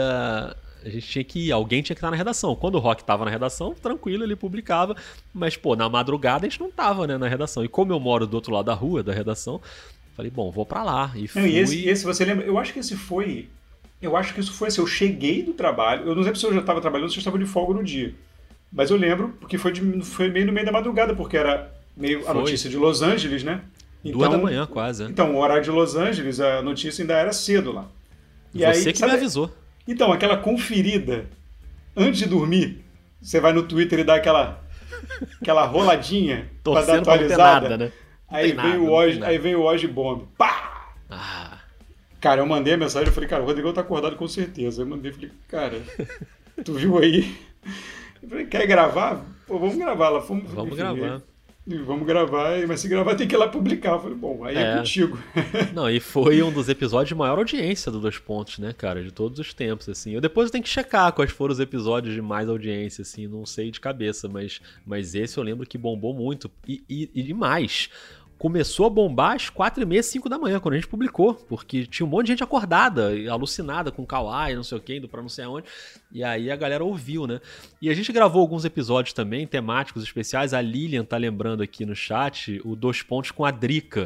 tinha que ir, alguém tinha que estar na redação. Quando o Rock tava na redação, tranquilo, ele publicava, mas, pô, na madrugada a gente não tava, né, na redação, e como eu moro do outro lado da rua, da redação, falei, bom, vou pra lá, e fui. Não, e esse você lembra, eu acho que isso foi assim, eu cheguei do trabalho, eu não sei se eu já estava trabalhando ou se eu estava de folga no dia, mas eu lembro, porque foi meio no meio da madrugada, porque era meio a notícia de Los Angeles, né? Então, 2 da manhã quase, né? Então, o horário de Los Angeles, a notícia ainda era cedo lá. E você aí, que me avisou. Então, aquela conferida, antes de dormir, você vai no Twitter e dá aquela roladinha para dar atualizada. Nada, né? Aí vem o Ozzy Bomb. Pá! Cara, eu mandei a mensagem, eu falei, cara, o Rodrigo tá acordado com certeza. Eu mandei, falei, cara, tu viu aí? Eu falei, quer gravar? Pô, vamos gravar lá. Vamos gravar. Vamos gravar, mas se gravar tem que ir lá publicar. Eu falei, bom, aí é contigo. Não, e foi um dos episódios de maior audiência do Dois Pontos, né, cara, de todos os tempos, assim. Depois eu tenho que checar quais foram os episódios de mais audiência, assim, não sei de cabeça, mas esse eu lembro que bombou muito. E demais. Começou a bombar às 4h30, 5 da manhã, quando a gente publicou, porque tinha um monte de gente acordada, alucinada com o Kawhi, não sei o que, indo pra não sei aonde, e aí a galera ouviu, né? E a gente gravou alguns episódios também, temáticos especiais, a Lilian tá lembrando aqui no chat, o Dois Pontos com a Drica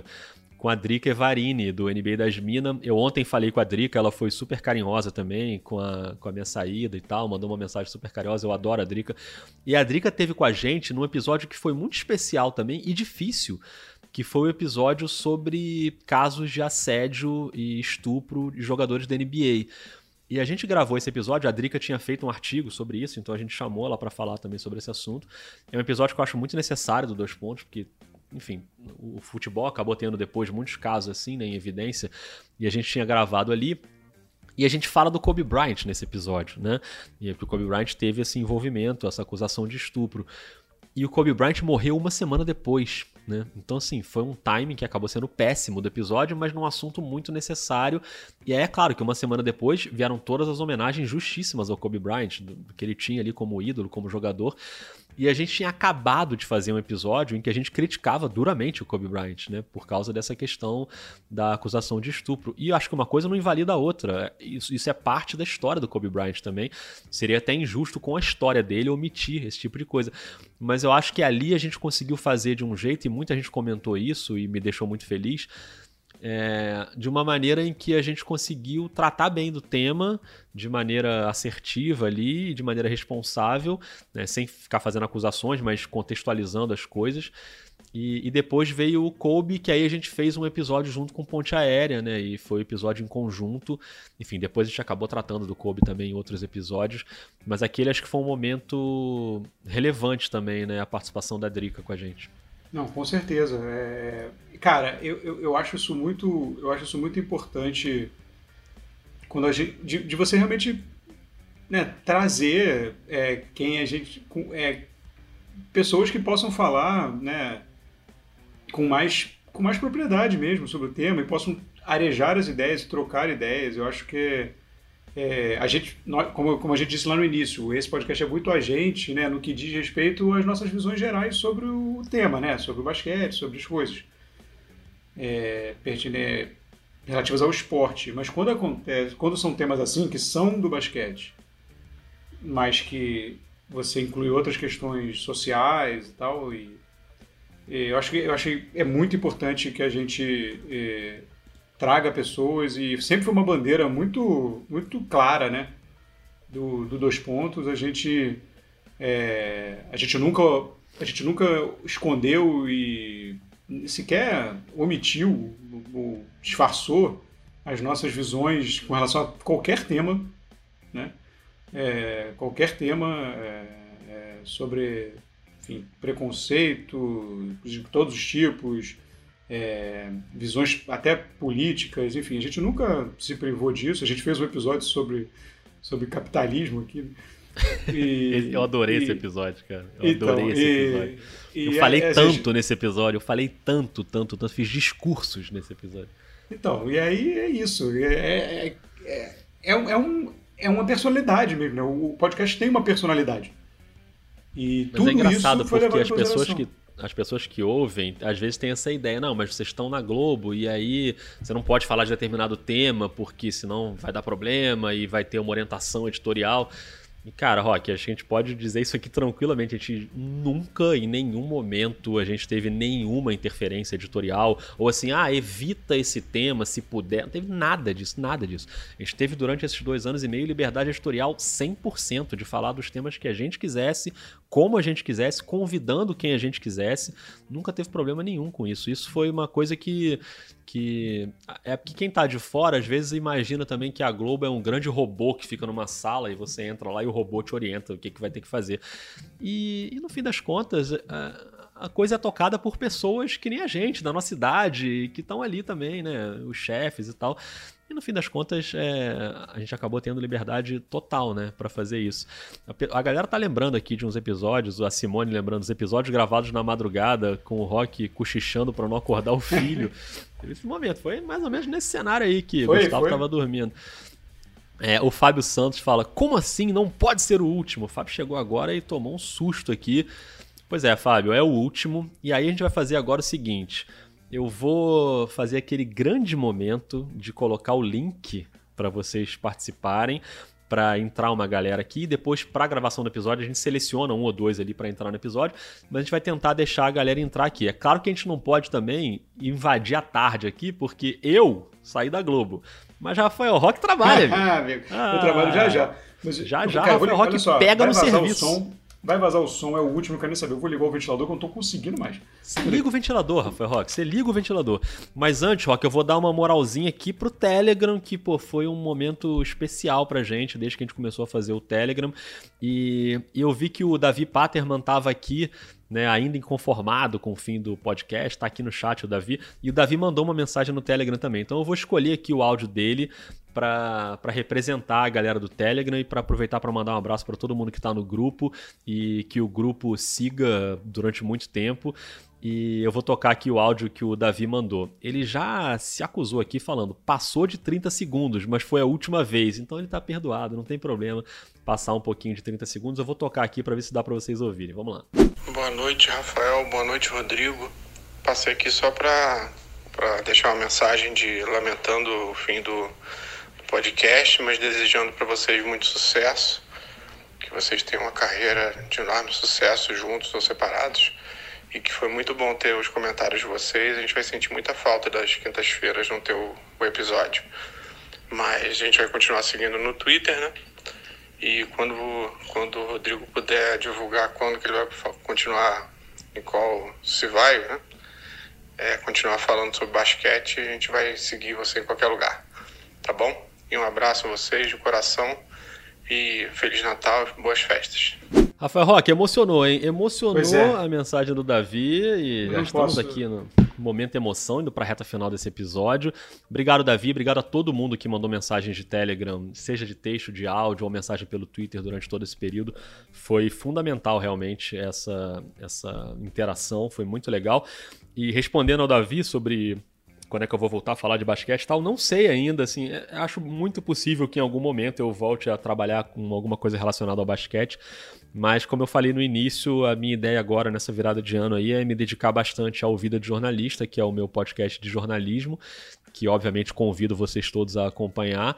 Evarini, do NBA das Minas. Eu ontem falei com a Drica, ela foi super carinhosa também com a minha saída e tal, mandou uma mensagem super carinhosa, eu adoro a Drica. E a Drica teve com a gente num episódio que foi muito especial também e difícil, que foi o episódio sobre casos de assédio e estupro de jogadores da NBA. E a gente gravou esse episódio, a Drica tinha feito um artigo sobre isso, então a gente chamou ela para falar também sobre esse assunto. É um episódio que eu acho muito necessário do Dois Pontos, porque, enfim, o futebol acabou tendo depois muitos casos assim, né, em evidência, e a gente tinha gravado ali. E a gente fala do Kobe Bryant nesse episódio, né? E o Kobe Bryant teve esse envolvimento, essa acusação de estupro. E o Kobe Bryant morreu uma semana depois, né? Então, assim, foi um timing que acabou sendo péssimo do episódio, mas num assunto muito necessário. E aí é claro que uma semana depois vieram todas as homenagens justíssimas ao Kobe Bryant, que ele tinha ali como ídolo, como jogador. E a gente tinha acabado de fazer um episódio em que a gente criticava duramente o Kobe Bryant, né? Por causa dessa questão da acusação de estupro. E eu acho que uma coisa não invalida a outra. Isso é parte da história do Kobe Bryant também. Seria até injusto com a história dele omitir esse tipo de coisa. Mas eu acho que ali a gente conseguiu fazer de um jeito, e muita gente comentou isso e me deixou muito feliz, de uma maneira em que a gente conseguiu tratar bem do tema de maneira assertiva ali, de maneira responsável, né, sem ficar fazendo acusações, mas contextualizando as coisas. E depois veio o Kobe, que aí a gente fez um episódio junto com Ponte Aérea, né? E foi um episódio em conjunto. Enfim, depois a gente acabou tratando do Kobe também em outros episódios. Mas aquele acho que foi um momento relevante também, né? A participação da Drica com a gente. Não, com certeza. Cara, eu acho isso muito importante quando a gente, de você realmente, né, trazer quem a gente... pessoas que possam falar, né, com mais propriedade mesmo sobre o tema e possam arejar as ideias e trocar ideias. Eu acho que como a gente disse lá no início, esse podcast é muito a gente, né, no que diz respeito às nossas visões gerais sobre o tema, né, sobre o basquete, sobre as coisas relativas ao esporte. Mas quando são temas assim, que são do basquete, mas que você inclui outras questões sociais e tal, eu achei é muito importante que a gente traga pessoas, e sempre foi uma bandeira muito, muito clara, né, do Dois Pontos. A gente nunca escondeu e sequer omitiu ou disfarçou as nossas visões com relação a qualquer tema, né? Qualquer tema sobre, enfim, preconceito de todos os tipos, visões até políticas, enfim, a gente nunca se privou disso. A gente fez um episódio sobre capitalismo aqui. Eu adorei esse episódio, cara. Adorei esse episódio. Eu falei tanto nesse episódio, tanto, fiz discursos nesse episódio. Então, e aí é isso. É uma personalidade mesmo, né? O podcast tem uma personalidade. E mas tudo é engraçado isso foi porque levado as pessoas que ouvem, às vezes têm essa ideia, não, mas vocês estão na Globo e aí você não pode falar de determinado tema porque senão vai dar problema e vai ter uma orientação editorial. E cara, Rock, a gente pode dizer isso aqui tranquilamente, a gente nunca, em nenhum momento, a gente teve nenhuma interferência editorial, ou assim, evita esse tema se puder, não teve nada disso. A gente teve durante esses 2 anos e meio liberdade editorial 100% de falar dos temas que a gente quisesse, como a gente quisesse, convidando quem a gente quisesse, nunca teve problema nenhum com isso. Isso foi uma coisa que quem tá de fora às vezes imagina também que a Globo é um grande robô que fica numa sala e você entra lá e o robô te orienta o que vai ter que fazer. E no fim das contas, a coisa é tocada por pessoas que nem a gente, da nossa idade, que estão ali também, né? Os chefes e tal. E no fim das contas, a gente acabou tendo liberdade total, né, pra fazer isso. A galera tá lembrando aqui de uns episódios, a Simone lembrando dos episódios gravados na madrugada, com o Rock cochichando pra não acordar o filho. Esse momento foi mais ou menos nesse cenário aí que o Gustavo tava dormindo. O Fábio Santos fala, como assim? Não pode ser o último. O Fábio chegou agora e tomou um susto aqui. Pois é, Fábio, é o último. E aí a gente vai fazer agora o seguinte... Eu vou fazer aquele grande momento de colocar o link para vocês participarem, para entrar uma galera aqui. E depois, para a gravação do episódio, a gente seleciona 1 ou 2 ali para entrar no episódio, mas a gente vai tentar deixar a galera entrar aqui. É claro que a gente não pode também invadir a tarde aqui, porque eu saí da Globo. Mas Rafael Roque trabalha, amigo. Eu trabalho já. Mas, já, Rafael Roque pega no serviço. Vai vazar o som, é o último, eu quero nem saber. Eu vou ligar o ventilador que eu não tô conseguindo mais. Você liga o ventilador, Rafael Roque. Você liga o ventilador. Mas antes, Roque, eu vou dar uma moralzinha aqui pro Telegram, que, foi um momento especial pra gente, desde que a gente começou a fazer o Telegram. E eu vi que o Davi Paterman tava aqui, né, ainda inconformado com o fim do podcast, tá aqui no chat o Davi, e o Davi mandou uma mensagem no Telegram também. Então eu vou escolher aqui o áudio dele para representar a galera do Telegram e para aproveitar para mandar um abraço para todo mundo que tá no grupo e que o grupo siga durante muito tempo. E eu vou tocar aqui o áudio que o Davi mandou. Ele já se acusou aqui falando, passou de 30 segundos, mas foi a última vez. Então ele tá perdoado, não tem problema passar um pouquinho de 30 segundos. Eu vou tocar aqui para ver se dá para vocês ouvirem. Vamos lá. Boa noite, Rafael. Boa noite, Rodrigo. Passei aqui só para deixar uma mensagem de lamentando o fim do podcast, mas desejando para vocês muito sucesso, que vocês tenham uma carreira de enorme sucesso juntos ou separados, e que foi muito bom ter os comentários de vocês. A gente vai sentir muita falta das quintas-feiras não ter o episódio, mas a gente vai continuar seguindo no Twitter, né? E quando o Rodrigo puder divulgar quando que ele vai continuar em qual se vai, né? Continuar falando sobre basquete, a gente vai seguir você em qualquer lugar, tá bom? E um abraço a vocês de coração e Feliz Natal e boas festas. Rafael Roque, emocionou, hein? Emocionou a mensagem do Davi e já estamos aqui no momento emoção, indo para a reta final desse episódio. Obrigado, Davi, obrigado a todo mundo que mandou mensagens de Telegram, seja de texto, de áudio ou mensagem pelo Twitter durante todo esse período. Foi fundamental, realmente, essa interação, foi muito legal. E respondendo ao Davi sobre quando é que eu vou voltar a falar de basquete e tal, não sei ainda, assim, acho muito possível que em algum momento eu volte a trabalhar com alguma coisa relacionada ao basquete, mas como eu falei no início, a minha ideia agora nessa virada de ano aí é me dedicar bastante ao Vida de Jornalista, que é o meu podcast de jornalismo, que obviamente convido vocês todos a acompanhar,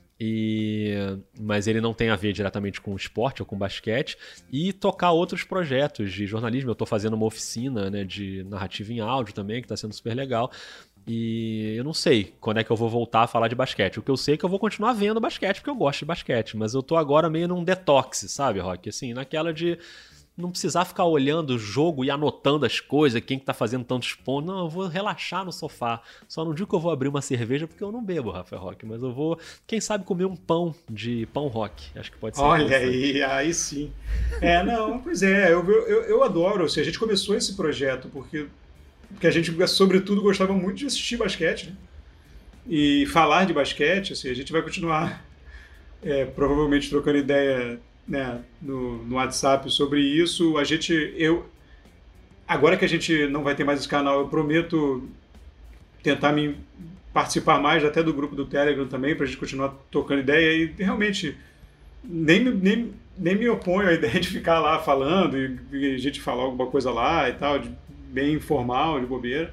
mas ele não tem a ver diretamente com esporte ou com basquete, e tocar outros projetos de jornalismo. Eu estou fazendo uma oficina, né, de narrativa em áudio também, que está sendo super legal. E eu não sei quando é que eu vou voltar a falar de basquete. O que eu sei é que eu vou continuar vendo basquete, porque eu gosto de basquete. Mas eu tô agora meio num detox, sabe, Rock? Assim, naquela de não precisar ficar olhando o jogo e anotando as coisas, quem que tá fazendo tantos pontos. Não, eu vou relaxar no sofá. Só não digo que eu vou abrir uma cerveja, porque eu não bebo, Rafael Roque. Mas eu vou, quem sabe, comer um pão de pão rock. Acho que pode ser. Olha aí sim. Não, pois é. Eu adoro. Ou seja, a gente começou esse projeto porque a gente, sobretudo, gostava muito de assistir basquete, né? E falar de basquete, assim, a gente vai continuar provavelmente trocando ideia, né, no WhatsApp sobre isso. Agora que a gente não vai ter mais esse canal, eu prometo tentar participar mais até do grupo do Telegram também, para a gente continuar trocando ideia, e realmente nem me oponho à ideia de ficar lá falando e a gente falar alguma coisa lá e tal, bem informal, de bobeira.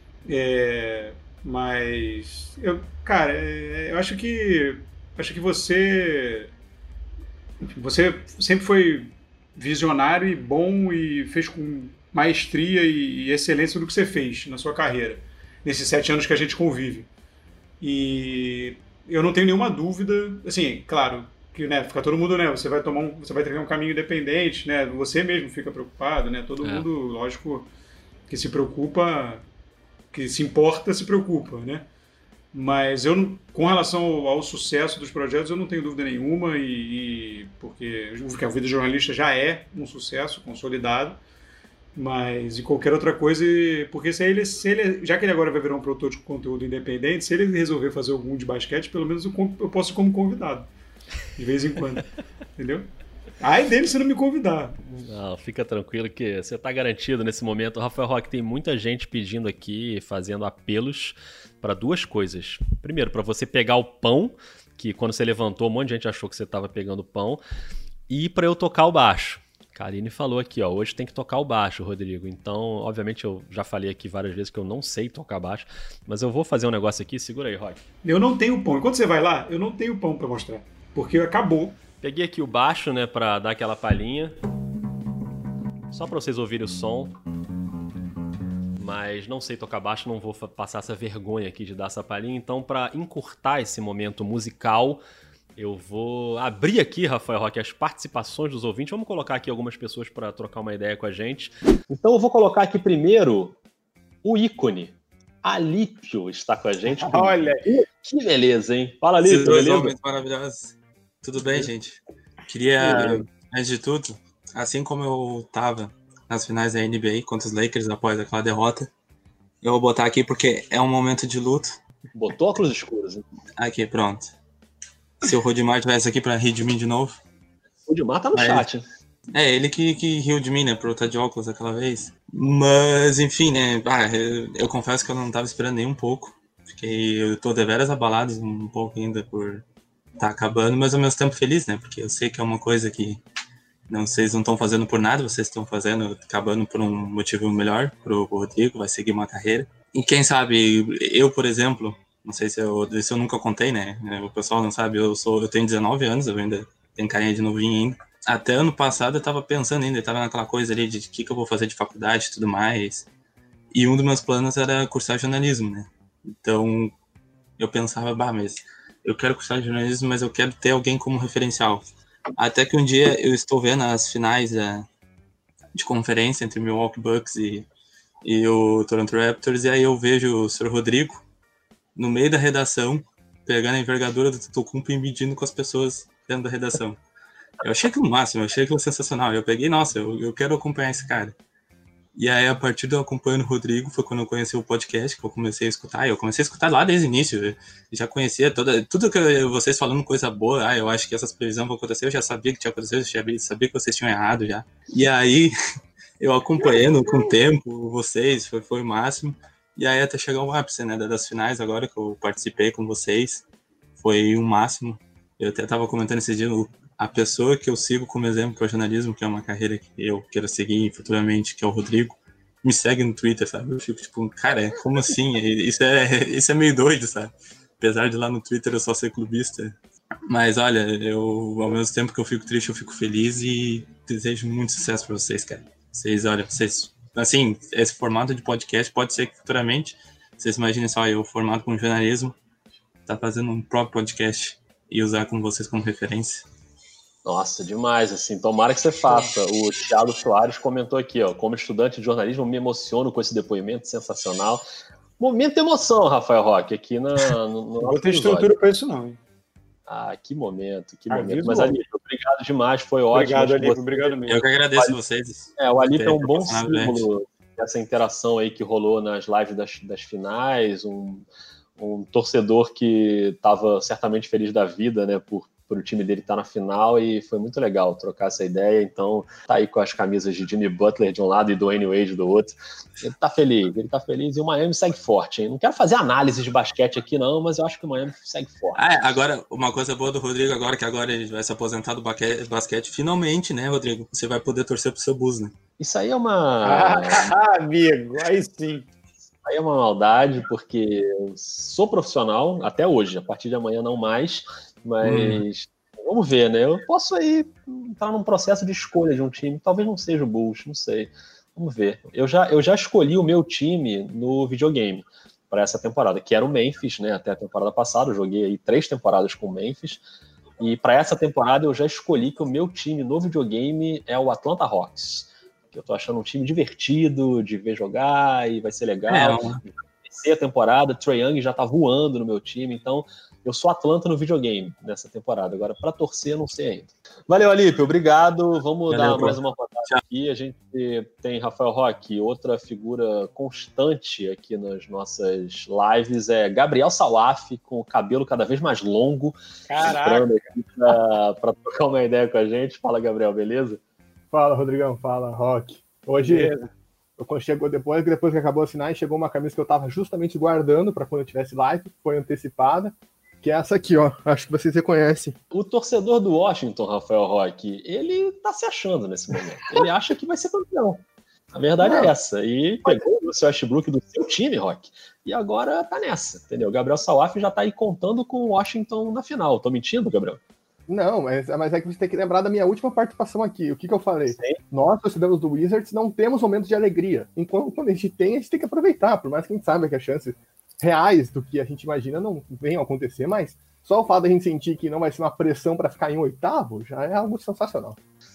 Mas eu acho que você sempre foi visionário e bom e fez com maestria e excelência do que você fez na sua carreira, nesses 7 anos que a gente convive. E eu não tenho nenhuma dúvida, assim, claro, que, né, fica todo mundo, né, você vai trilhar um caminho independente, né, você mesmo fica preocupado, né, todo mundo, lógico, que se preocupa, que se importa, se preocupa, né? Mas com relação ao sucesso dos projetos, eu não tenho dúvida nenhuma, porque a Vida de Jornalista já é um sucesso consolidado, mas e qualquer outra coisa, porque já que ele agora vai virar um produtor de conteúdo independente, se ele resolver fazer algum de basquete, pelo menos eu posso ir como convidado, de vez em quando, entendeu? Ai dele se não me convidar. Não, fica tranquilo que você está garantido nesse momento. Rafael Roque, tem muita gente pedindo aqui, fazendo apelos para 2 coisas. Primeiro, para você pegar o pão, que quando você levantou, um monte de gente achou que você estava pegando pão, e para eu tocar o baixo. Karine falou aqui, ó, hoje tem que tocar o baixo, Rodrigo. Então, obviamente, eu já falei aqui várias vezes que eu não sei tocar baixo, mas eu vou fazer um negócio aqui, segura aí, Roque. Eu não tenho pão. Enquanto você vai lá, eu não tenho pão para mostrar, porque acabou. Peguei aqui o baixo, né, pra dar aquela palhinha. Só pra vocês ouvirem o som. Mas não sei tocar baixo, não vou passar essa vergonha aqui de dar essa palhinha. Então, pra encurtar esse momento musical, eu vou abrir aqui, Rafael Roque, as participações dos ouvintes. Vamos colocar aqui algumas pessoas pra trocar uma ideia com a gente. Então, eu vou colocar aqui primeiro o ícone. Alípio está com a gente. Olha aí. Que beleza, hein? Fala, Alípio, beleza? Maravilhoso. Tudo bem, gente? Queria, antes de tudo, assim como eu tava nas finais da NBA contra os Lakers após aquela derrota, eu vou botar aqui porque é um momento de luto. Botou óculos escuros, hein? Aqui, pronto. Se o Rodimar estivesse aqui pra rir de mim de novo. O Rodimar tá no chat. Ele que riu de mim, né, por eu estar de óculos aquela vez. Mas, enfim, né, eu confesso que eu não tava esperando nem um pouco. Eu tô deveras abalado um pouco ainda por tá acabando, mas ao mesmo tempo feliz, né? Porque eu sei que é uma coisa que vocês não estão fazendo por nada, vocês estão fazendo, acabando por um motivo melhor pro Rodrigo, vai seguir uma carreira. E quem sabe, eu, por exemplo, não sei se eu nunca contei, né? O pessoal não sabe, eu tenho 19 anos, eu ainda tenho carinha de novinho ainda. Até ano passado eu tava pensando ainda, eu tava naquela coisa ali de o que eu vou fazer de faculdade e tudo mais. E um dos meus planos era cursar jornalismo, né? Então eu pensava, mas eu quero cursar jornalismo, mas eu quero ter alguém como referencial. Até que um dia eu estou vendo as finais de conferência entre Milwaukee Bucks e o Toronto Raptors, e aí eu vejo o Sr. Rodrigo no meio da redação, pegando a envergadura do Antetokounmpo e medindo com as pessoas dentro da redação. Eu achei aquilo máximo, eu achei aquilo sensacional. Eu peguei, nossa, eu quero acompanhar esse cara. E aí, a partir de eu acompanhando o Rodrigo, foi quando eu conheci o podcast, que eu comecei a escutar. Eu comecei a escutar lá desde o início. Eu já conhecia tudo que vocês falando coisa boa. Eu acho que essas previsões vão acontecer. Eu já sabia que tinha acontecido, eu já sabia que vocês tinham errado já. E aí, eu acompanhando com o tempo, vocês, foi o máximo. E aí, até chegar o ápice, né, das finais, agora que eu participei com vocês, foi o máximo. Eu até estava comentando esse dia, a pessoa que eu sigo como exemplo para o jornalismo, que é uma carreira que eu quero seguir futuramente, que é o Rodrigo, me segue no Twitter, sabe? Eu fico tipo, cara, como assim? Isso é meio doido, sabe? Apesar de lá no Twitter eu só ser clubista. Mas olha, ao mesmo tempo que eu fico triste, eu fico feliz e desejo muito sucesso para vocês, cara. Vocês, assim, esse formato de podcast pode ser que futuramente, vocês imaginem só, eu formado com jornalismo, tá fazendo um próprio podcast e usar com vocês como referência. Nossa, demais, assim, tomara que você faça. O Thiago Soares comentou aqui, ó, como estudante de jornalismo, me emociono com esse depoimento sensacional. Momento de emoção, Rafael Roque, aqui no não vou ter estrutura para isso, não. Hein? Ah, que momento. Mas, Alípio, obrigado demais, foi ótimo. Obrigado, Alípio, obrigado mesmo. Eu que agradeço vocês. O Alípio é um bom símbolo dessa interação aí que rolou nas lives das finais, um torcedor que estava certamente feliz da vida, né, por o time dele estar na final, e foi muito legal trocar essa ideia. Então tá aí com as camisas de Jimmy Butler de um lado e Dwayne Wade do outro. Ele tá feliz e o Miami segue forte, hein? Não quero fazer análise de basquete aqui não, mas eu acho que o Miami segue forte. Agora, uma coisa boa do Rodrigo agora, que agora ele vai se aposentar do basquete, finalmente, né, Rodrigo? Você vai poder torcer pro seu Bulls, né? Isso aí é uma... amigo, aí sim. Aí é uma maldade, porque eu sou profissional até hoje, a partir de amanhã não mais, mas vamos ver, né? Eu posso aí entrar num processo de escolha de um time, talvez não seja o Bulls, não sei. Vamos ver. Eu já escolhi o meu time no videogame para essa temporada, que era o Memphis, né? Até a temporada passada, eu joguei aí 3 temporadas com o Memphis, e para essa temporada eu já escolhi que o meu time no videogame é o Atlanta Hawks. Eu tô achando um time divertido de ver jogar e vai ser legal. Comecei a temporada, Trae Young já tá voando no meu time, então eu sou Atlanta no videogame nessa temporada. Agora, para torcer, eu não sei ainda. Valeu, Alípio, obrigado. Vamos dar mais uma rodada aqui. A gente tem Rafael Roque, outra figura constante aqui nas nossas lives, é Gabriel Sawaf, com o cabelo cada vez mais longo. Caraca! Entrando aqui para trocar uma ideia com a gente. Fala, Gabriel, beleza? Fala, Rodrigão. Fala, Roque. Hoje, chegou depois que acabou a final, chegou uma camisa que eu tava justamente guardando para quando eu tivesse live, foi antecipada, que é essa aqui, ó. Acho que vocês reconhecem. O torcedor do Washington, Rafael Roque, ele tá se achando nesse momento. Ele acha que vai ser campeão. A verdade é essa. E pegou o seu Westbrook do seu time, Roque, e agora tá nessa, entendeu? O Gabriel Sawaf já tá aí contando com o Washington na final. Tô mentindo, Gabriel? Não, mas é que você tem que lembrar da minha última participação aqui. O que eu falei? Sim. Nós, torcedores do Wizards, não temos momentos de alegria. Enquanto quando a gente tem que aproveitar. Por mais que a gente saiba que as chances reais do que a gente imagina não venham a acontecer, mas só o fato da gente sentir que não vai ser uma pressão para ficar em 8º já é algo sensacional.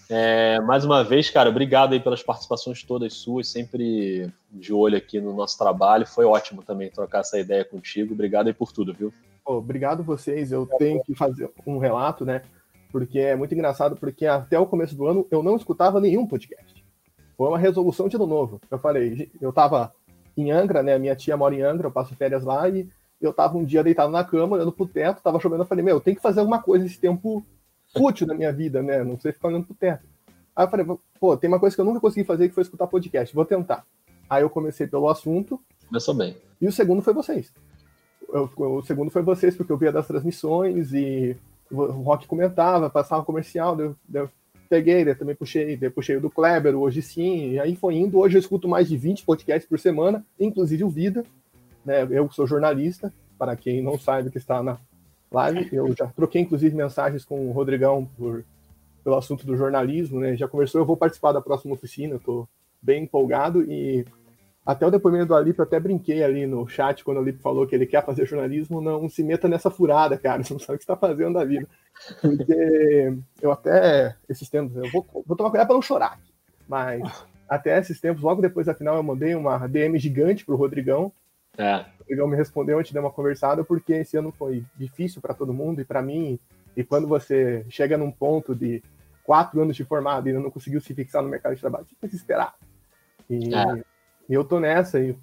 Mais uma vez, cara, obrigado aí pelas participações todas suas, sempre de olho aqui no nosso trabalho. Foi ótimo também trocar essa ideia contigo. Obrigado aí por tudo, viu? Obrigado vocês, eu tenho que fazer um relato, né, porque é muito engraçado, porque até o começo do ano eu não escutava nenhum podcast. Foi uma resolução de ano novo. Eu falei, eu tava em Angra, né, minha tia mora em Angra, eu passo férias lá, e eu tava um dia deitado na cama, olhando pro teto, tava chovendo, eu falei, eu tenho que fazer alguma coisa nesse tempo útil da minha vida, né, não sei ficar olhando pro teto. Aí eu falei, tem uma coisa que eu nunca consegui fazer, que foi escutar podcast, vou tentar. Aí eu comecei pelo assunto. Começou bem. E o segundo foi vocês. O segundo foi vocês, porque eu via das transmissões e o Roque comentava, passava comercial, eu peguei, daí também puxei o do Kleber, Hoje Sim, e aí foi indo. Hoje eu escuto mais de 20 podcasts por semana, inclusive o Vida, né? Eu sou jornalista, para quem não sabe que está na live, eu já troquei inclusive mensagens com o Rodrigão pelo assunto do jornalismo, né? Já conversou, eu vou participar da próxima oficina, eu estou bem empolgado. E até o depoimento do Alípio, eu até brinquei ali no chat, quando o Alípio falou que ele quer fazer jornalismo, não se meta nessa furada, cara, você não sabe o que você está fazendo da vida. Porque eu até, esses tempos, eu vou tomar cuidado para não chorar, mas até esses tempos, logo depois da final, eu mandei uma DM gigante pro Rodrigão. O Rodrigão me respondeu, a gente deu uma conversada, porque esse ano foi difícil para todo mundo e para mim. E quando você chega num ponto de 4 anos de formado e ainda não conseguiu se fixar no mercado de trabalho, você tem que esperar. E eu tô nessa, e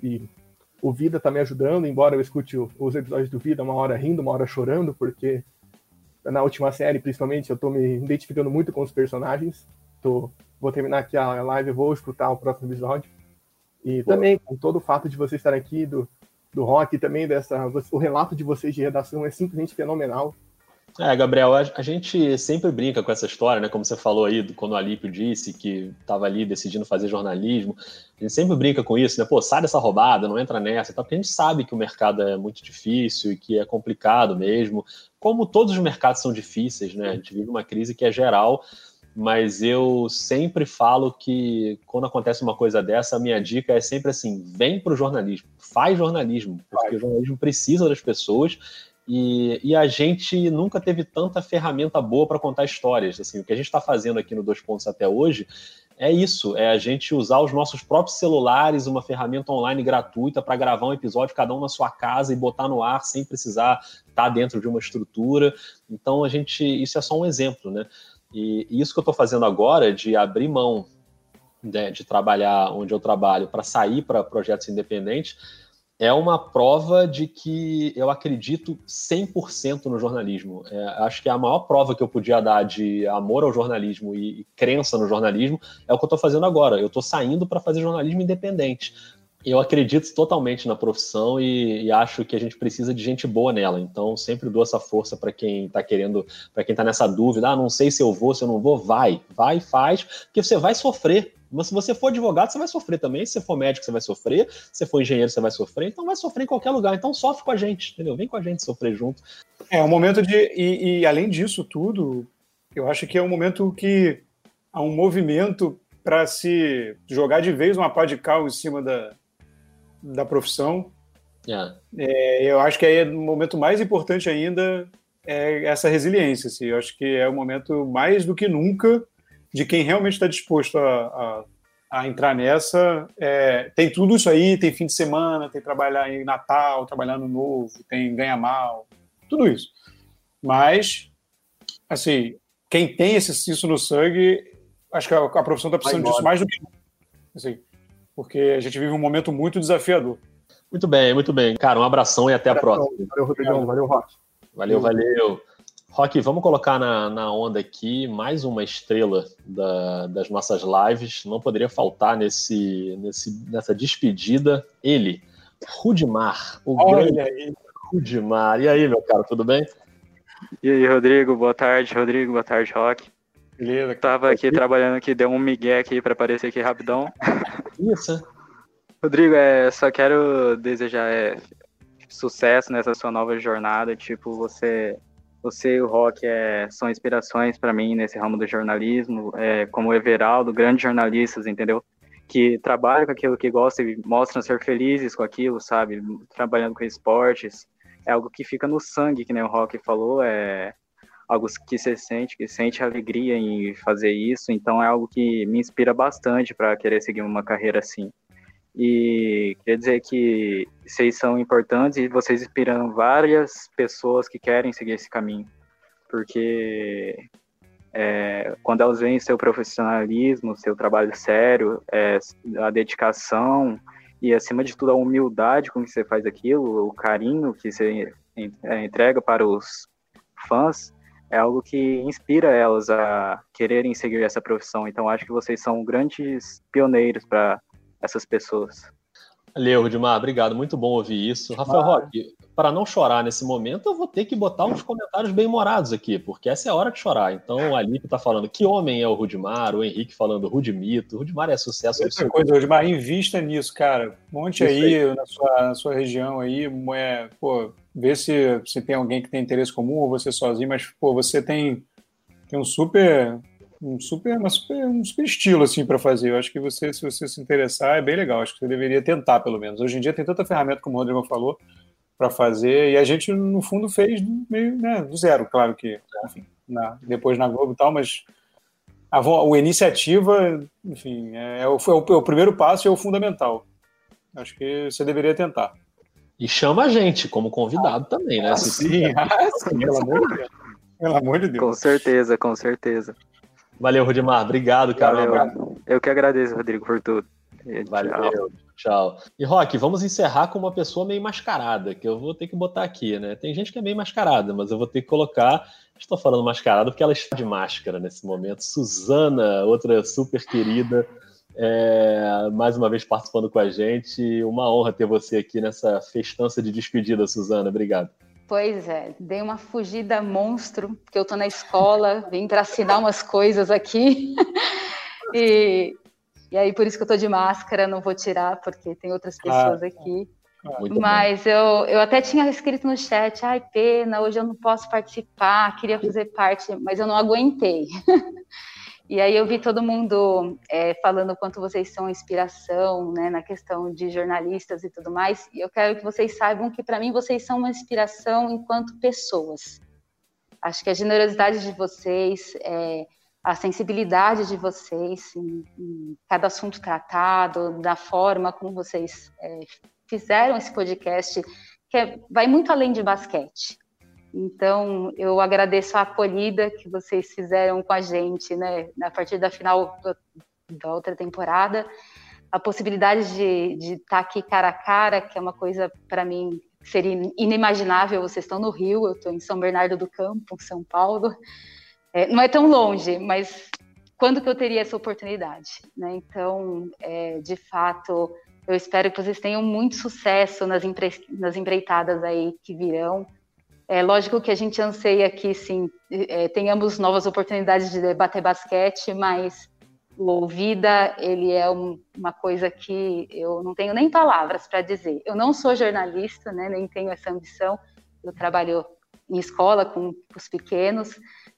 o Vida tá me ajudando, embora eu escute os episódios do Vida uma hora rindo, uma hora chorando, porque na última série, principalmente, eu tô me identificando muito com os personagens. Vou terminar aqui a live, eu vou escutar o próximo episódio. E também, com todo o fato de vocês estarem aqui, do Rock, também o relato de vocês de redação é simplesmente fenomenal. Gabriel, a gente sempre brinca com essa história, né? Como você falou aí, quando o Alípio disse que estava ali decidindo fazer jornalismo, a gente sempre brinca com isso, né? Pô, sai dessa roubada, não entra nessa, porque a gente sabe que o mercado é muito difícil e que é complicado mesmo, como todos os mercados são difíceis, né? A gente vive uma crise que é geral, mas eu sempre falo que quando acontece uma coisa dessa, a minha dica é sempre assim, vem para o jornalismo, faz jornalismo, porque o jornalismo precisa das pessoas. E a gente nunca teve tanta ferramenta boa para contar histórias. Assim, o que a gente está fazendo aqui no 2 Pontos até hoje é isso, é a gente usar os nossos próprios celulares, uma ferramenta online gratuita para gravar um episódio, cada um na sua casa, e botar no ar sem precisar estar dentro de uma estrutura. Então, isso é só um exemplo, né? E isso que eu estou fazendo agora, de abrir mão, né, de trabalhar onde eu trabalho para sair para projetos independentes, é uma prova de que eu acredito 100% no jornalismo. Acho que a maior prova que eu podia dar de amor ao jornalismo e crença no jornalismo é o que eu estou fazendo agora. Eu estou saindo para fazer jornalismo independente. Eu acredito totalmente na profissão e acho que a gente precisa de gente boa nela. Então, sempre dou essa força para quem está querendo, para quem está nessa dúvida. Não sei se eu vou, se eu não vou. Vai, faz, porque você vai sofrer. Mas se você for advogado, você vai sofrer também. Se você for médico, você vai sofrer. Se você for engenheiro, você vai sofrer. Então vai sofrer em qualquer lugar. Então sofre com a gente, entendeu? Vem com a gente sofrer junto. É um momento de... E além disso tudo, eu acho que é um momento que há um movimento para se jogar de vez uma pá de cal em cima da profissão. Eu acho que aí o momento mais importante ainda é essa resiliência. Assim. Eu acho que é o momento mais do que nunca de quem realmente está disposto a entrar nessa. Tem tudo isso aí, tem fim de semana, tem trabalhar em Natal, trabalhar no Novo, tem ganha mal, tudo isso. Mas, assim, quem tem isso no sangue, acho que a profissão está precisando disso mais do que nunca. Assim, porque a gente vive um momento muito desafiador. Muito bem, muito bem. Cara, um abração e até a próxima. Valeu, Rodrigão. Valeu, Rock. Valeu. Rock, vamos colocar na onda aqui mais uma estrela das nossas lives. Não poderia faltar nessa despedida ele, Rudimar, grande Rudimar. E aí, meu cara, tudo bem? E aí, Rodrigo? Boa tarde, Rodrigo. Boa tarde, Rock. Beleza. Tava aqui trabalhando aqui, deu um migué aqui para aparecer aqui rapidão. Isso. Rodrigo, só quero desejar sucesso nessa sua nova jornada. Tipo, você e o Rock são inspirações para mim nesse ramo do jornalismo, como o Everaldo, grandes jornalistas, entendeu? Que trabalham com aquilo que gostam e mostram ser felizes com aquilo, sabe? Trabalhando com esportes. É algo que fica no sangue, que nem o Rock falou, algo que você sente alegria em fazer isso, então é algo que me inspira bastante para querer seguir uma carreira assim. E queria dizer que vocês são importantes e vocês inspiram várias pessoas que querem seguir esse caminho, porque quando elas veem seu profissionalismo, seu trabalho sério, a dedicação e, acima de tudo, a humildade com que você faz aquilo, o carinho que você entrega para os fãs, é algo que inspira elas a quererem seguir essa profissão. Então, acho que vocês são grandes pioneiros para essas pessoas. Valeu, Rudimar, obrigado, muito bom ouvir isso. Rafael Roque, para não chorar nesse momento, eu vou ter que botar uns comentários bem-humorados aqui, porque essa é a hora de chorar. Então, o Alípio tá falando que homem é o Rudimar, o Henrique falando Rudimito. Rudimar é sucesso absoluto. Outra coisa, Rudimar, invista nisso, cara. Monte aí na sua região aí, vê se tem alguém que tem interesse comum ou você sozinho, mas, você tem um super estilo assim para fazer. Eu acho que se você se interessar, é bem legal. Acho que você deveria tentar, pelo menos. Hoje em dia tem tanta ferramenta, como o Rodrigo falou, para fazer, e a gente, no fundo, fez meio do zero. Claro que, enfim, depois na Globo e tal, mas a iniciativa, enfim, é o primeiro passo e é o fundamental. Acho que você deveria tentar. E chama a gente como convidado também, né? Sim, pelo amor de Deus. Pelo amor de Deus. Com certeza. Valeu, Rudimar. Obrigado, cara. Valeu. Eu que agradeço, Rodrigo, por tudo. Valeu. Tchau. E, Rock, vamos encerrar com uma pessoa meio mascarada, que eu vou ter que botar aqui, né? Tem gente que é meio mascarada, mas eu vou ter que colocar... Estou falando mascarada porque ela está de máscara nesse momento. Suzana, outra super querida, mais uma vez participando com a gente. Uma honra ter você aqui nessa festança de despedida, Suzana. Obrigado. Pois é, dei uma fugida monstro, porque eu tô na escola, vim para assinar umas coisas aqui, e aí por isso que eu tô de máscara, não vou tirar, porque tem outras pessoas aqui. Mas eu até tinha escrito no chat, ai, pena, hoje eu não posso participar, queria fazer parte, mas eu não aguentei. E aí eu vi todo mundo falando o quanto vocês são inspiração, né, na questão de jornalistas e tudo mais. E eu quero que vocês saibam que, para mim, vocês são uma inspiração enquanto pessoas. Acho que a generosidade de vocês, a sensibilidade de vocês em cada assunto tratado, da forma como vocês fizeram esse podcast, que vai muito além de basquete. Então, eu agradeço a acolhida que vocês fizeram com a gente, né, a partir da final da outra temporada, a possibilidade de estar aqui cara a cara, que é uma coisa, para mim, seria inimaginável. Vocês estão no Rio, eu estou em São Bernardo do Campo, São Paulo. Não é tão longe, mas quando que eu teria essa oportunidade, né? Então, de fato, eu espero que vocês tenham muito sucesso nas empreitadas aí que virão. É lógico que a gente anseia que, sim, tenhamos novas oportunidades de debater basquete, mas o Vida, ele é uma coisa que eu não tenho nem palavras para dizer. Eu não sou jornalista, né, nem tenho essa ambição. Eu trabalho em escola com os pequenos,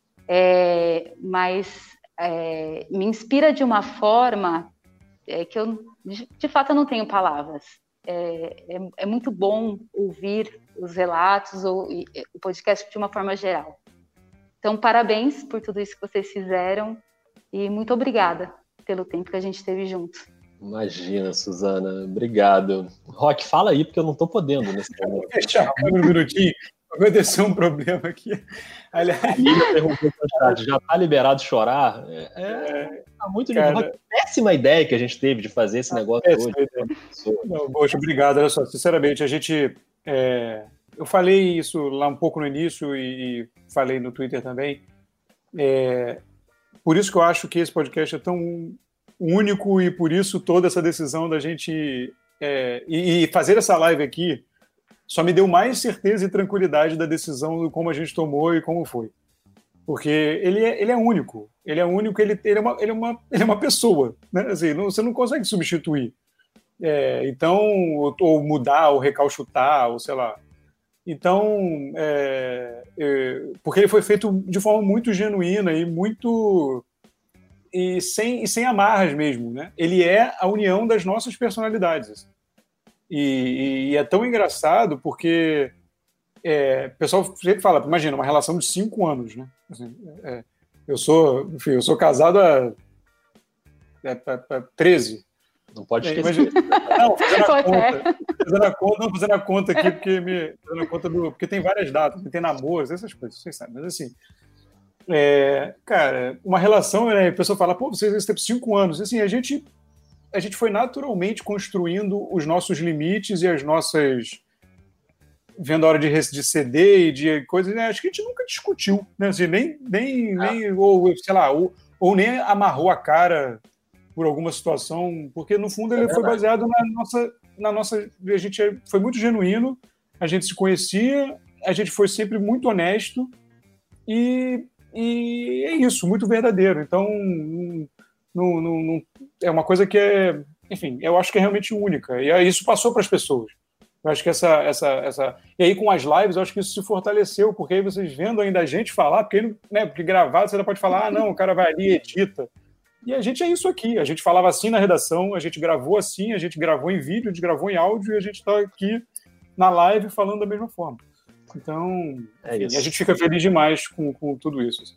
mas me inspira de uma forma que eu, de fato, eu não tenho palavras. É muito bom ouvir os relatos ou o podcast de uma forma geral. Então, parabéns por tudo isso que vocês fizeram e muito obrigada pelo tempo que a gente teve junto. Imagina, Suzana. Obrigado. Rock, fala aí, porque eu não estou podendo nesse momento. Deixa um minutinho. Aconteceu um problema aqui. Aliás, perguntou no chat, já está liberado chorar? Tá muito cara, péssima ideia que a gente teve de fazer esse negócio hoje. Não, poxa, obrigado. Olha só, sinceramente, a gente... eu falei isso lá um pouco no início e falei no Twitter também. Por isso que eu acho que esse podcast é tão único e por isso toda essa decisão da gente... e fazer essa live aqui só me deu mais certeza e tranquilidade da decisão de como a gente tomou e como foi. Porque ele é único. Ele é único, ele é uma pessoa. Né? Assim, você não consegue substituir. Então, ou mudar, ou recalchutar, ou sei lá. Então, porque ele foi feito de forma muito genuína e muito... e sem amarras mesmo. Né? Ele é a união das nossas personalidades. Assim. E é tão engraçado porque o pessoal sempre fala, imagina, uma relação de 5 anos, né? Assim, eu sou casado há 13. Não pode esquecer. Não, fazendo a conta aqui, porque tem várias datas, tem namoros, essas coisas, vocês sabem, mas assim, cara, uma relação, né, a pessoa fala, pô, vocês têm 5 anos, assim, a gente foi naturalmente construindo os nossos limites e as nossas... vendo a hora de ceder e de coisas, né? Acho que a gente nunca discutiu, né? Assim, nem ou, sei lá, ou nem amarrou a cara por alguma situação, porque no fundo ele foi baseado na nossa... A gente foi muito genuíno, a gente se conhecia, a gente foi sempre muito honesto e é isso, muito verdadeiro. Então... Não, é uma coisa que enfim, eu acho que é realmente única. E isso passou para as pessoas. Eu acho que essa... E aí, com as lives, eu acho que isso se fortaleceu, porque aí vocês vendo ainda a gente falar, porque gravado você ainda pode falar, não, o cara vai ali e edita. E a gente é isso aqui. A gente falava assim na redação, a gente gravou assim, a gente gravou em vídeo, a gente gravou em áudio e a gente está aqui na live falando da mesma forma. Então, enfim, a gente fica feliz demais com tudo isso. Assim.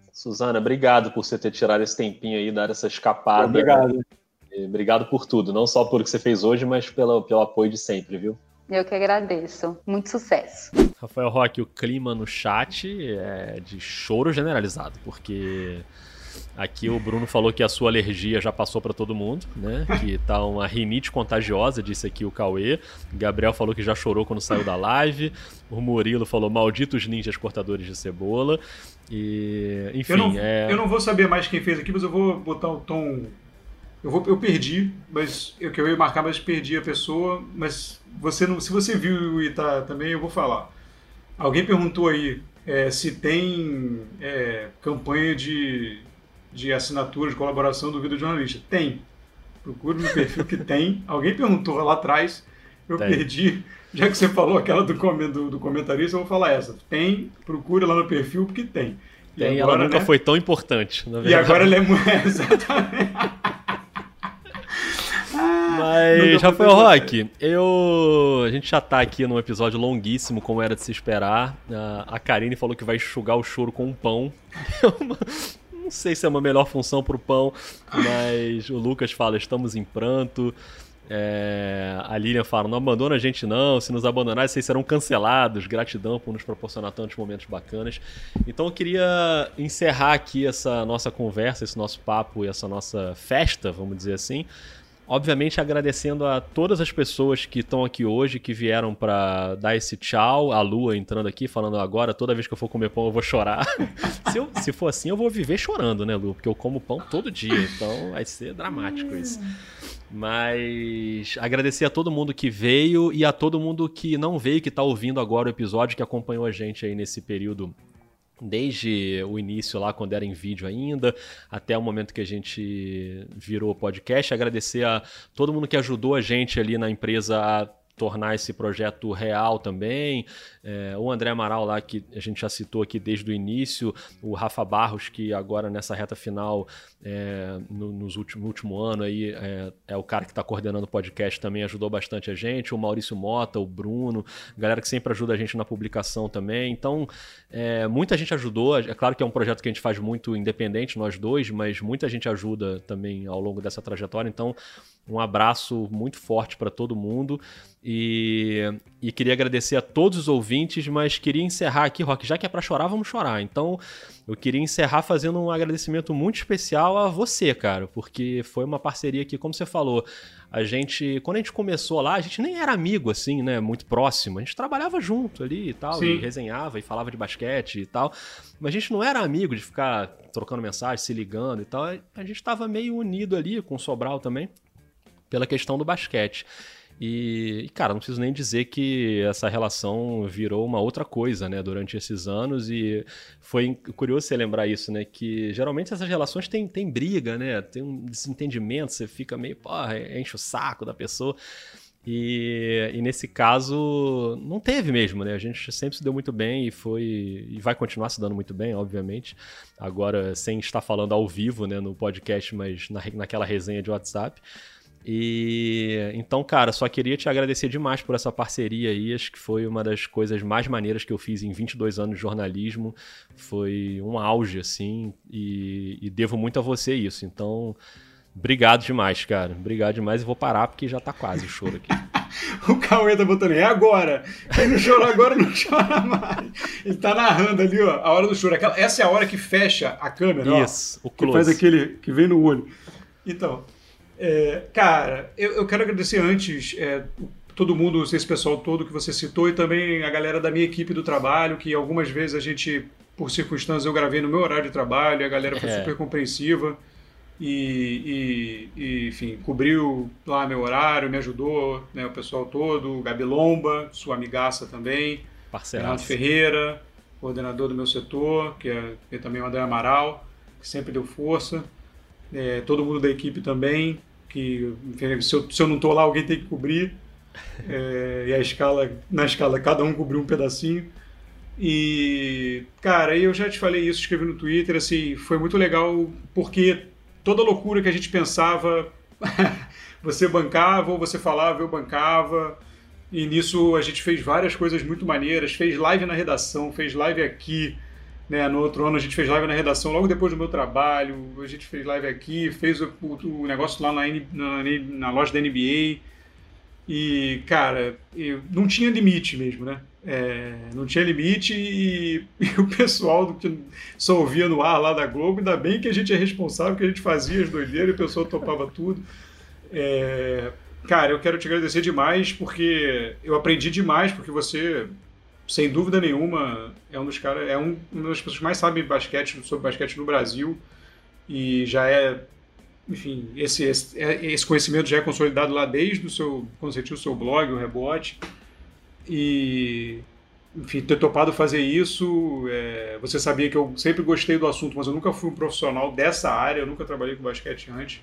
Suzana, obrigado por você ter tirado esse tempinho aí, dar essa escapada. Obrigado. Obrigado por tudo, não só por o que você fez hoje, mas pelo apoio de sempre, viu? Eu que agradeço. Muito sucesso. Rafael Roque, o clima no chat é de choro generalizado, porque aqui o Bruno falou que a sua alergia já passou para todo mundo, né? Que tá uma rinite contagiosa, disse aqui o Cauê. Gabriel falou que já chorou quando saiu da live. O Murilo falou malditos ninjas cortadores de cebola. E, enfim, eu não vou saber mais quem fez aqui, mas eu vou botar o tom... Eu perdi, mas eu ia marcar, mas perdi a pessoa. Mas se você viu e tá também, eu vou falar. Alguém perguntou aí se tem campanha de assinatura, de colaboração do Vida de Jornalista. Tem. Procure no perfil que tem. Alguém perguntou lá atrás, eu perdi. Já que você falou aquela do comentarista, eu vou falar essa. Tem, procure lá no perfil, porque tem. E agora, ela nunca foi tão importante, na verdade. E agora ela é... Exatamente. Mas, Rafael Roque, a gente já tá aqui num episódio longuíssimo, como era de se esperar. A Karine falou que vai enxugar o choro com um pão. Não sei se é uma melhor função pro pão, mas o Lucas fala, estamos em pranto. A Lilian fala, não abandona a gente não, se nos abandonar vocês serão cancelados, gratidão por nos proporcionar tantos momentos bacanas. Então eu queria encerrar aqui essa nossa conversa, esse nosso papo e essa nossa festa, vamos dizer assim, obviamente agradecendo a todas as pessoas que estão aqui hoje, que vieram para dar esse tchau. A Lua entrando aqui, falando agora, toda vez que eu for comer pão eu vou chorar. Se for assim, eu vou viver chorando, né, Lu? Porque eu como pão todo dia, então vai ser dramático isso. Mas agradecer a todo mundo que veio e a todo mundo que não veio, que está ouvindo agora o episódio, que acompanhou a gente aí nesse período, desde o início lá, quando era em vídeo ainda, até o momento que a gente virou podcast. Agradecer a todo mundo que ajudou a gente ali na empresa a tornar esse projeto real também. O André Amaral lá, que a gente já citou aqui desde o início, o Rafa Barros, que agora nessa reta final, no último ano aí, é o cara que está coordenando o podcast, também ajudou bastante a gente, o Maurício Mota, o Bruno, galera que sempre ajuda a gente na publicação também. Então, muita gente ajudou. É claro que é um projeto que a gente faz muito independente, nós dois, mas muita gente ajuda também ao longo dessa trajetória. Então, um abraço muito forte para todo mundo e queria agradecer a todos os ouvintes, mas queria encerrar aqui, Roque, já que é para chorar, vamos chorar. Então, eu queria encerrar fazendo um agradecimento muito especial a você, cara, porque foi uma parceria que, como você falou, quando a gente começou lá, a gente nem era amigo, assim, né, muito próximo, a gente trabalhava junto ali e tal, Sim. E resenhava e falava de basquete e tal, mas a gente não era amigo de ficar trocando mensagem, se ligando e tal, a gente tava meio unido ali com o Sobral também, pela questão do basquete. E, cara, não preciso nem dizer que essa relação virou uma outra coisa, né, durante esses anos, e foi curioso você lembrar isso, né, que geralmente essas relações tem briga, né, tem um desentendimento, você fica meio, enche o saco da pessoa, e nesse caso não teve mesmo, né, a gente sempre se deu muito bem e vai continuar se dando muito bem, obviamente, agora sem estar falando ao vivo, né, no podcast, mas naquela resenha de WhatsApp. E então, cara, só queria te agradecer demais por essa parceria aí. Acho que foi uma das coisas mais maneiras que eu fiz em 22 anos de jornalismo. Foi um auge, assim, e devo muito a você isso. Então, obrigado demais, cara. Obrigado demais, e vou parar porque já tá quase o choro aqui. O Cauê tá botando, é agora. Quem não chora agora não chora mais. Ele tá narrando ali, ó, a hora do choro. Essa é a hora que fecha a câmera, isso, ó, o close. Que faz aquele que vem no olho. Então, cara, eu quero agradecer antes todo mundo, esse pessoal todo que você citou, e também a galera da minha equipe do trabalho, que algumas vezes a gente, por circunstâncias, eu gravei no meu horário de trabalho, e a galera foi super compreensiva e, enfim, cobriu lá meu horário, me ajudou, né, o pessoal todo, o Gabi Lomba, sua amigaça também, Renato Ferreira, coordenador do meu setor, que é também o André Amaral, que sempre deu força, todo mundo da equipe também, que se eu não estou lá, alguém tem que cobrir, e na escala cada um cobriu um pedacinho. E, cara, eu já te falei isso, escrevi no Twitter, assim, foi muito legal, porque toda loucura que a gente pensava, você bancava, ou você falava, eu bancava, e nisso a gente fez várias coisas muito maneiras, fez live na redação, fez live aqui, né? No outro ano a gente fez live na redação logo depois do meu trabalho, a gente fez live aqui, fez o negócio lá na loja da NBA. E, cara, não tinha limite mesmo, né? Não tinha limite e o pessoal que só ouvia no ar lá da Globo, ainda bem que a gente é responsável, que a gente fazia as doideiras e o pessoal topava tudo. Cara, eu quero te agradecer demais, porque eu aprendi demais, porque você, sem dúvida nenhuma, é uma das pessoas que mais sabem sobre basquete no Brasil, e já enfim, esse conhecimento já é consolidado lá desde quando você tinha o seu blog, o Rebote, e, enfim, ter topado fazer isso, você sabia que eu sempre gostei do assunto, mas eu nunca fui um profissional dessa área, eu nunca trabalhei com basquete antes,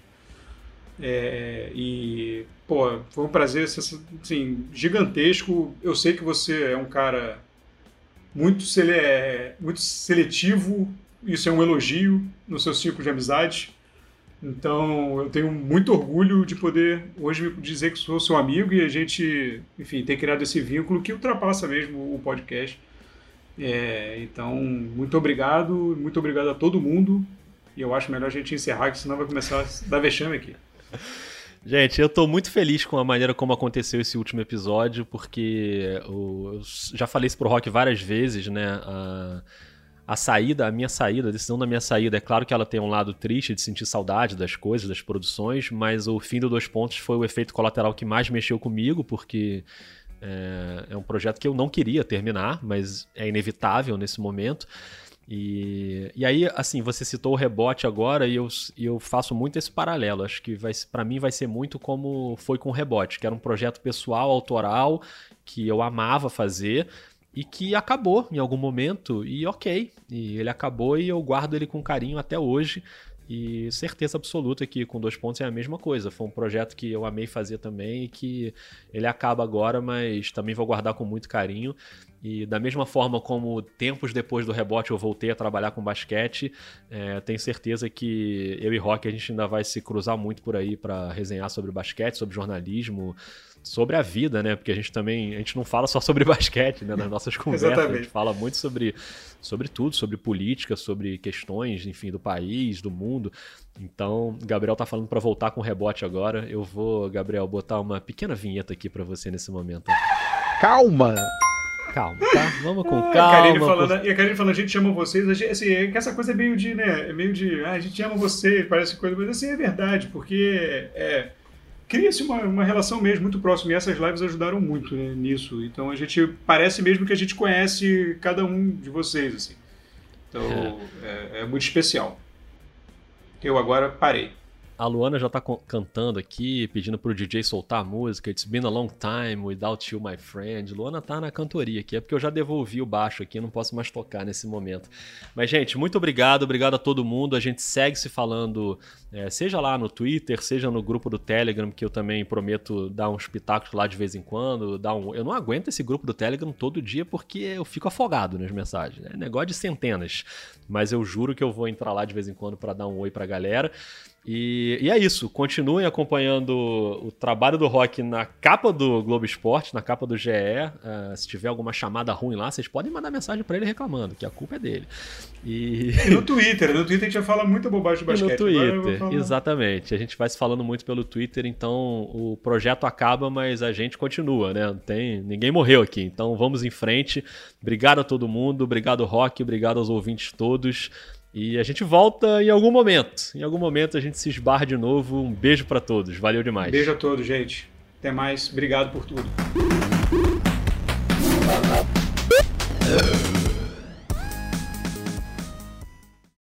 e, pô, foi um prazer, assim, gigantesco. Eu sei que você é um cara muito seletivo, isso é um elogio no seu círculo de amizade. Então, eu tenho muito orgulho de poder hoje dizer que sou seu amigo e a gente, enfim, ter criado esse vínculo que ultrapassa mesmo o podcast. Então, muito obrigado a todo mundo. E eu acho melhor a gente encerrar, que senão vai começar a dar vexame aqui. Gente, eu tô muito feliz com a maneira como aconteceu esse último episódio, porque eu já falei isso pro Rock várias vezes, né? A decisão da minha saída, é claro que ela tem um lado triste de sentir saudade das coisas, das produções, mas o fim do 2 Pontos foi o efeito colateral que mais mexeu comigo, porque é um projeto que eu não queria terminar, mas é inevitável nesse momento. E aí, assim, você citou o Rebote agora e eu faço muito esse paralelo. Acho que para mim vai ser muito como foi com o Rebote, que era um projeto pessoal, autoral, que eu amava fazer e que acabou em algum momento e ok. E ele acabou e eu guardo ele com carinho até hoje. E certeza absoluta que com 2 Pontos é a mesma coisa. Foi um projeto que eu amei fazer também e que ele acaba agora, mas também vou guardar com muito carinho. E da mesma forma como tempos depois do Rebote eu voltei a trabalhar com basquete, tenho certeza que eu e Rock a gente ainda vai se cruzar muito por aí para resenhar sobre basquete, sobre jornalismo, sobre a vida, né? Porque a gente não fala só sobre basquete, né? Nas nossas conversas. Exatamente. A gente fala muito sobre tudo, sobre política, sobre questões, enfim, do país, do mundo. Então, Gabriel tá falando para voltar com o Rebote agora. Eu vou, Gabriel, botar uma pequena vinheta aqui para você nesse momento. Calma, tá? Vamos com calma. E a Karine falando, a gente ama vocês. Assim, que essa coisa é meio de, né? A gente ama vocês, parece coisa, mas assim, é verdade, porque cria-se uma relação mesmo muito próxima, e essas lives ajudaram muito, né, nisso. Então parece mesmo que a gente conhece cada um de vocês, assim. Então é muito especial. Eu agora parei. A Luana já tá cantando aqui, pedindo pro DJ soltar a música. It's been a long time without you, my friend. Luana tá na cantoria aqui, é porque eu já devolvi o baixo aqui, não posso mais tocar nesse momento. Mas, gente, muito obrigado a todo mundo. A gente segue se falando, seja lá no Twitter, seja no grupo do Telegram, que eu também prometo dar uns pitacos lá de vez em quando. Eu não aguento esse grupo do Telegram todo dia, porque eu fico afogado nas mensagens. É negócio de centenas. Mas eu juro que eu vou entrar lá de vez em quando para dar um oi pra galera. E é isso, continuem acompanhando o trabalho do Rock na capa do Globo Esporte, na capa do GE. Se tiver alguma chamada ruim lá, vocês podem mandar mensagem pra ele reclamando, que a culpa é dele. E no Twitter a gente já fala muita bobagem de basquete. No Twitter, exatamente. A gente vai se falando muito pelo Twitter, então o projeto acaba, mas a gente continua, né? Ninguém morreu aqui, então vamos em frente. Obrigado a todo mundo, obrigado Rock, obrigado aos ouvintes todos. E a gente volta em algum momento. Em algum momento a gente se esbarra de novo. Um beijo pra todos. Valeu demais. Beijo a todos, gente. Até mais. Obrigado por tudo.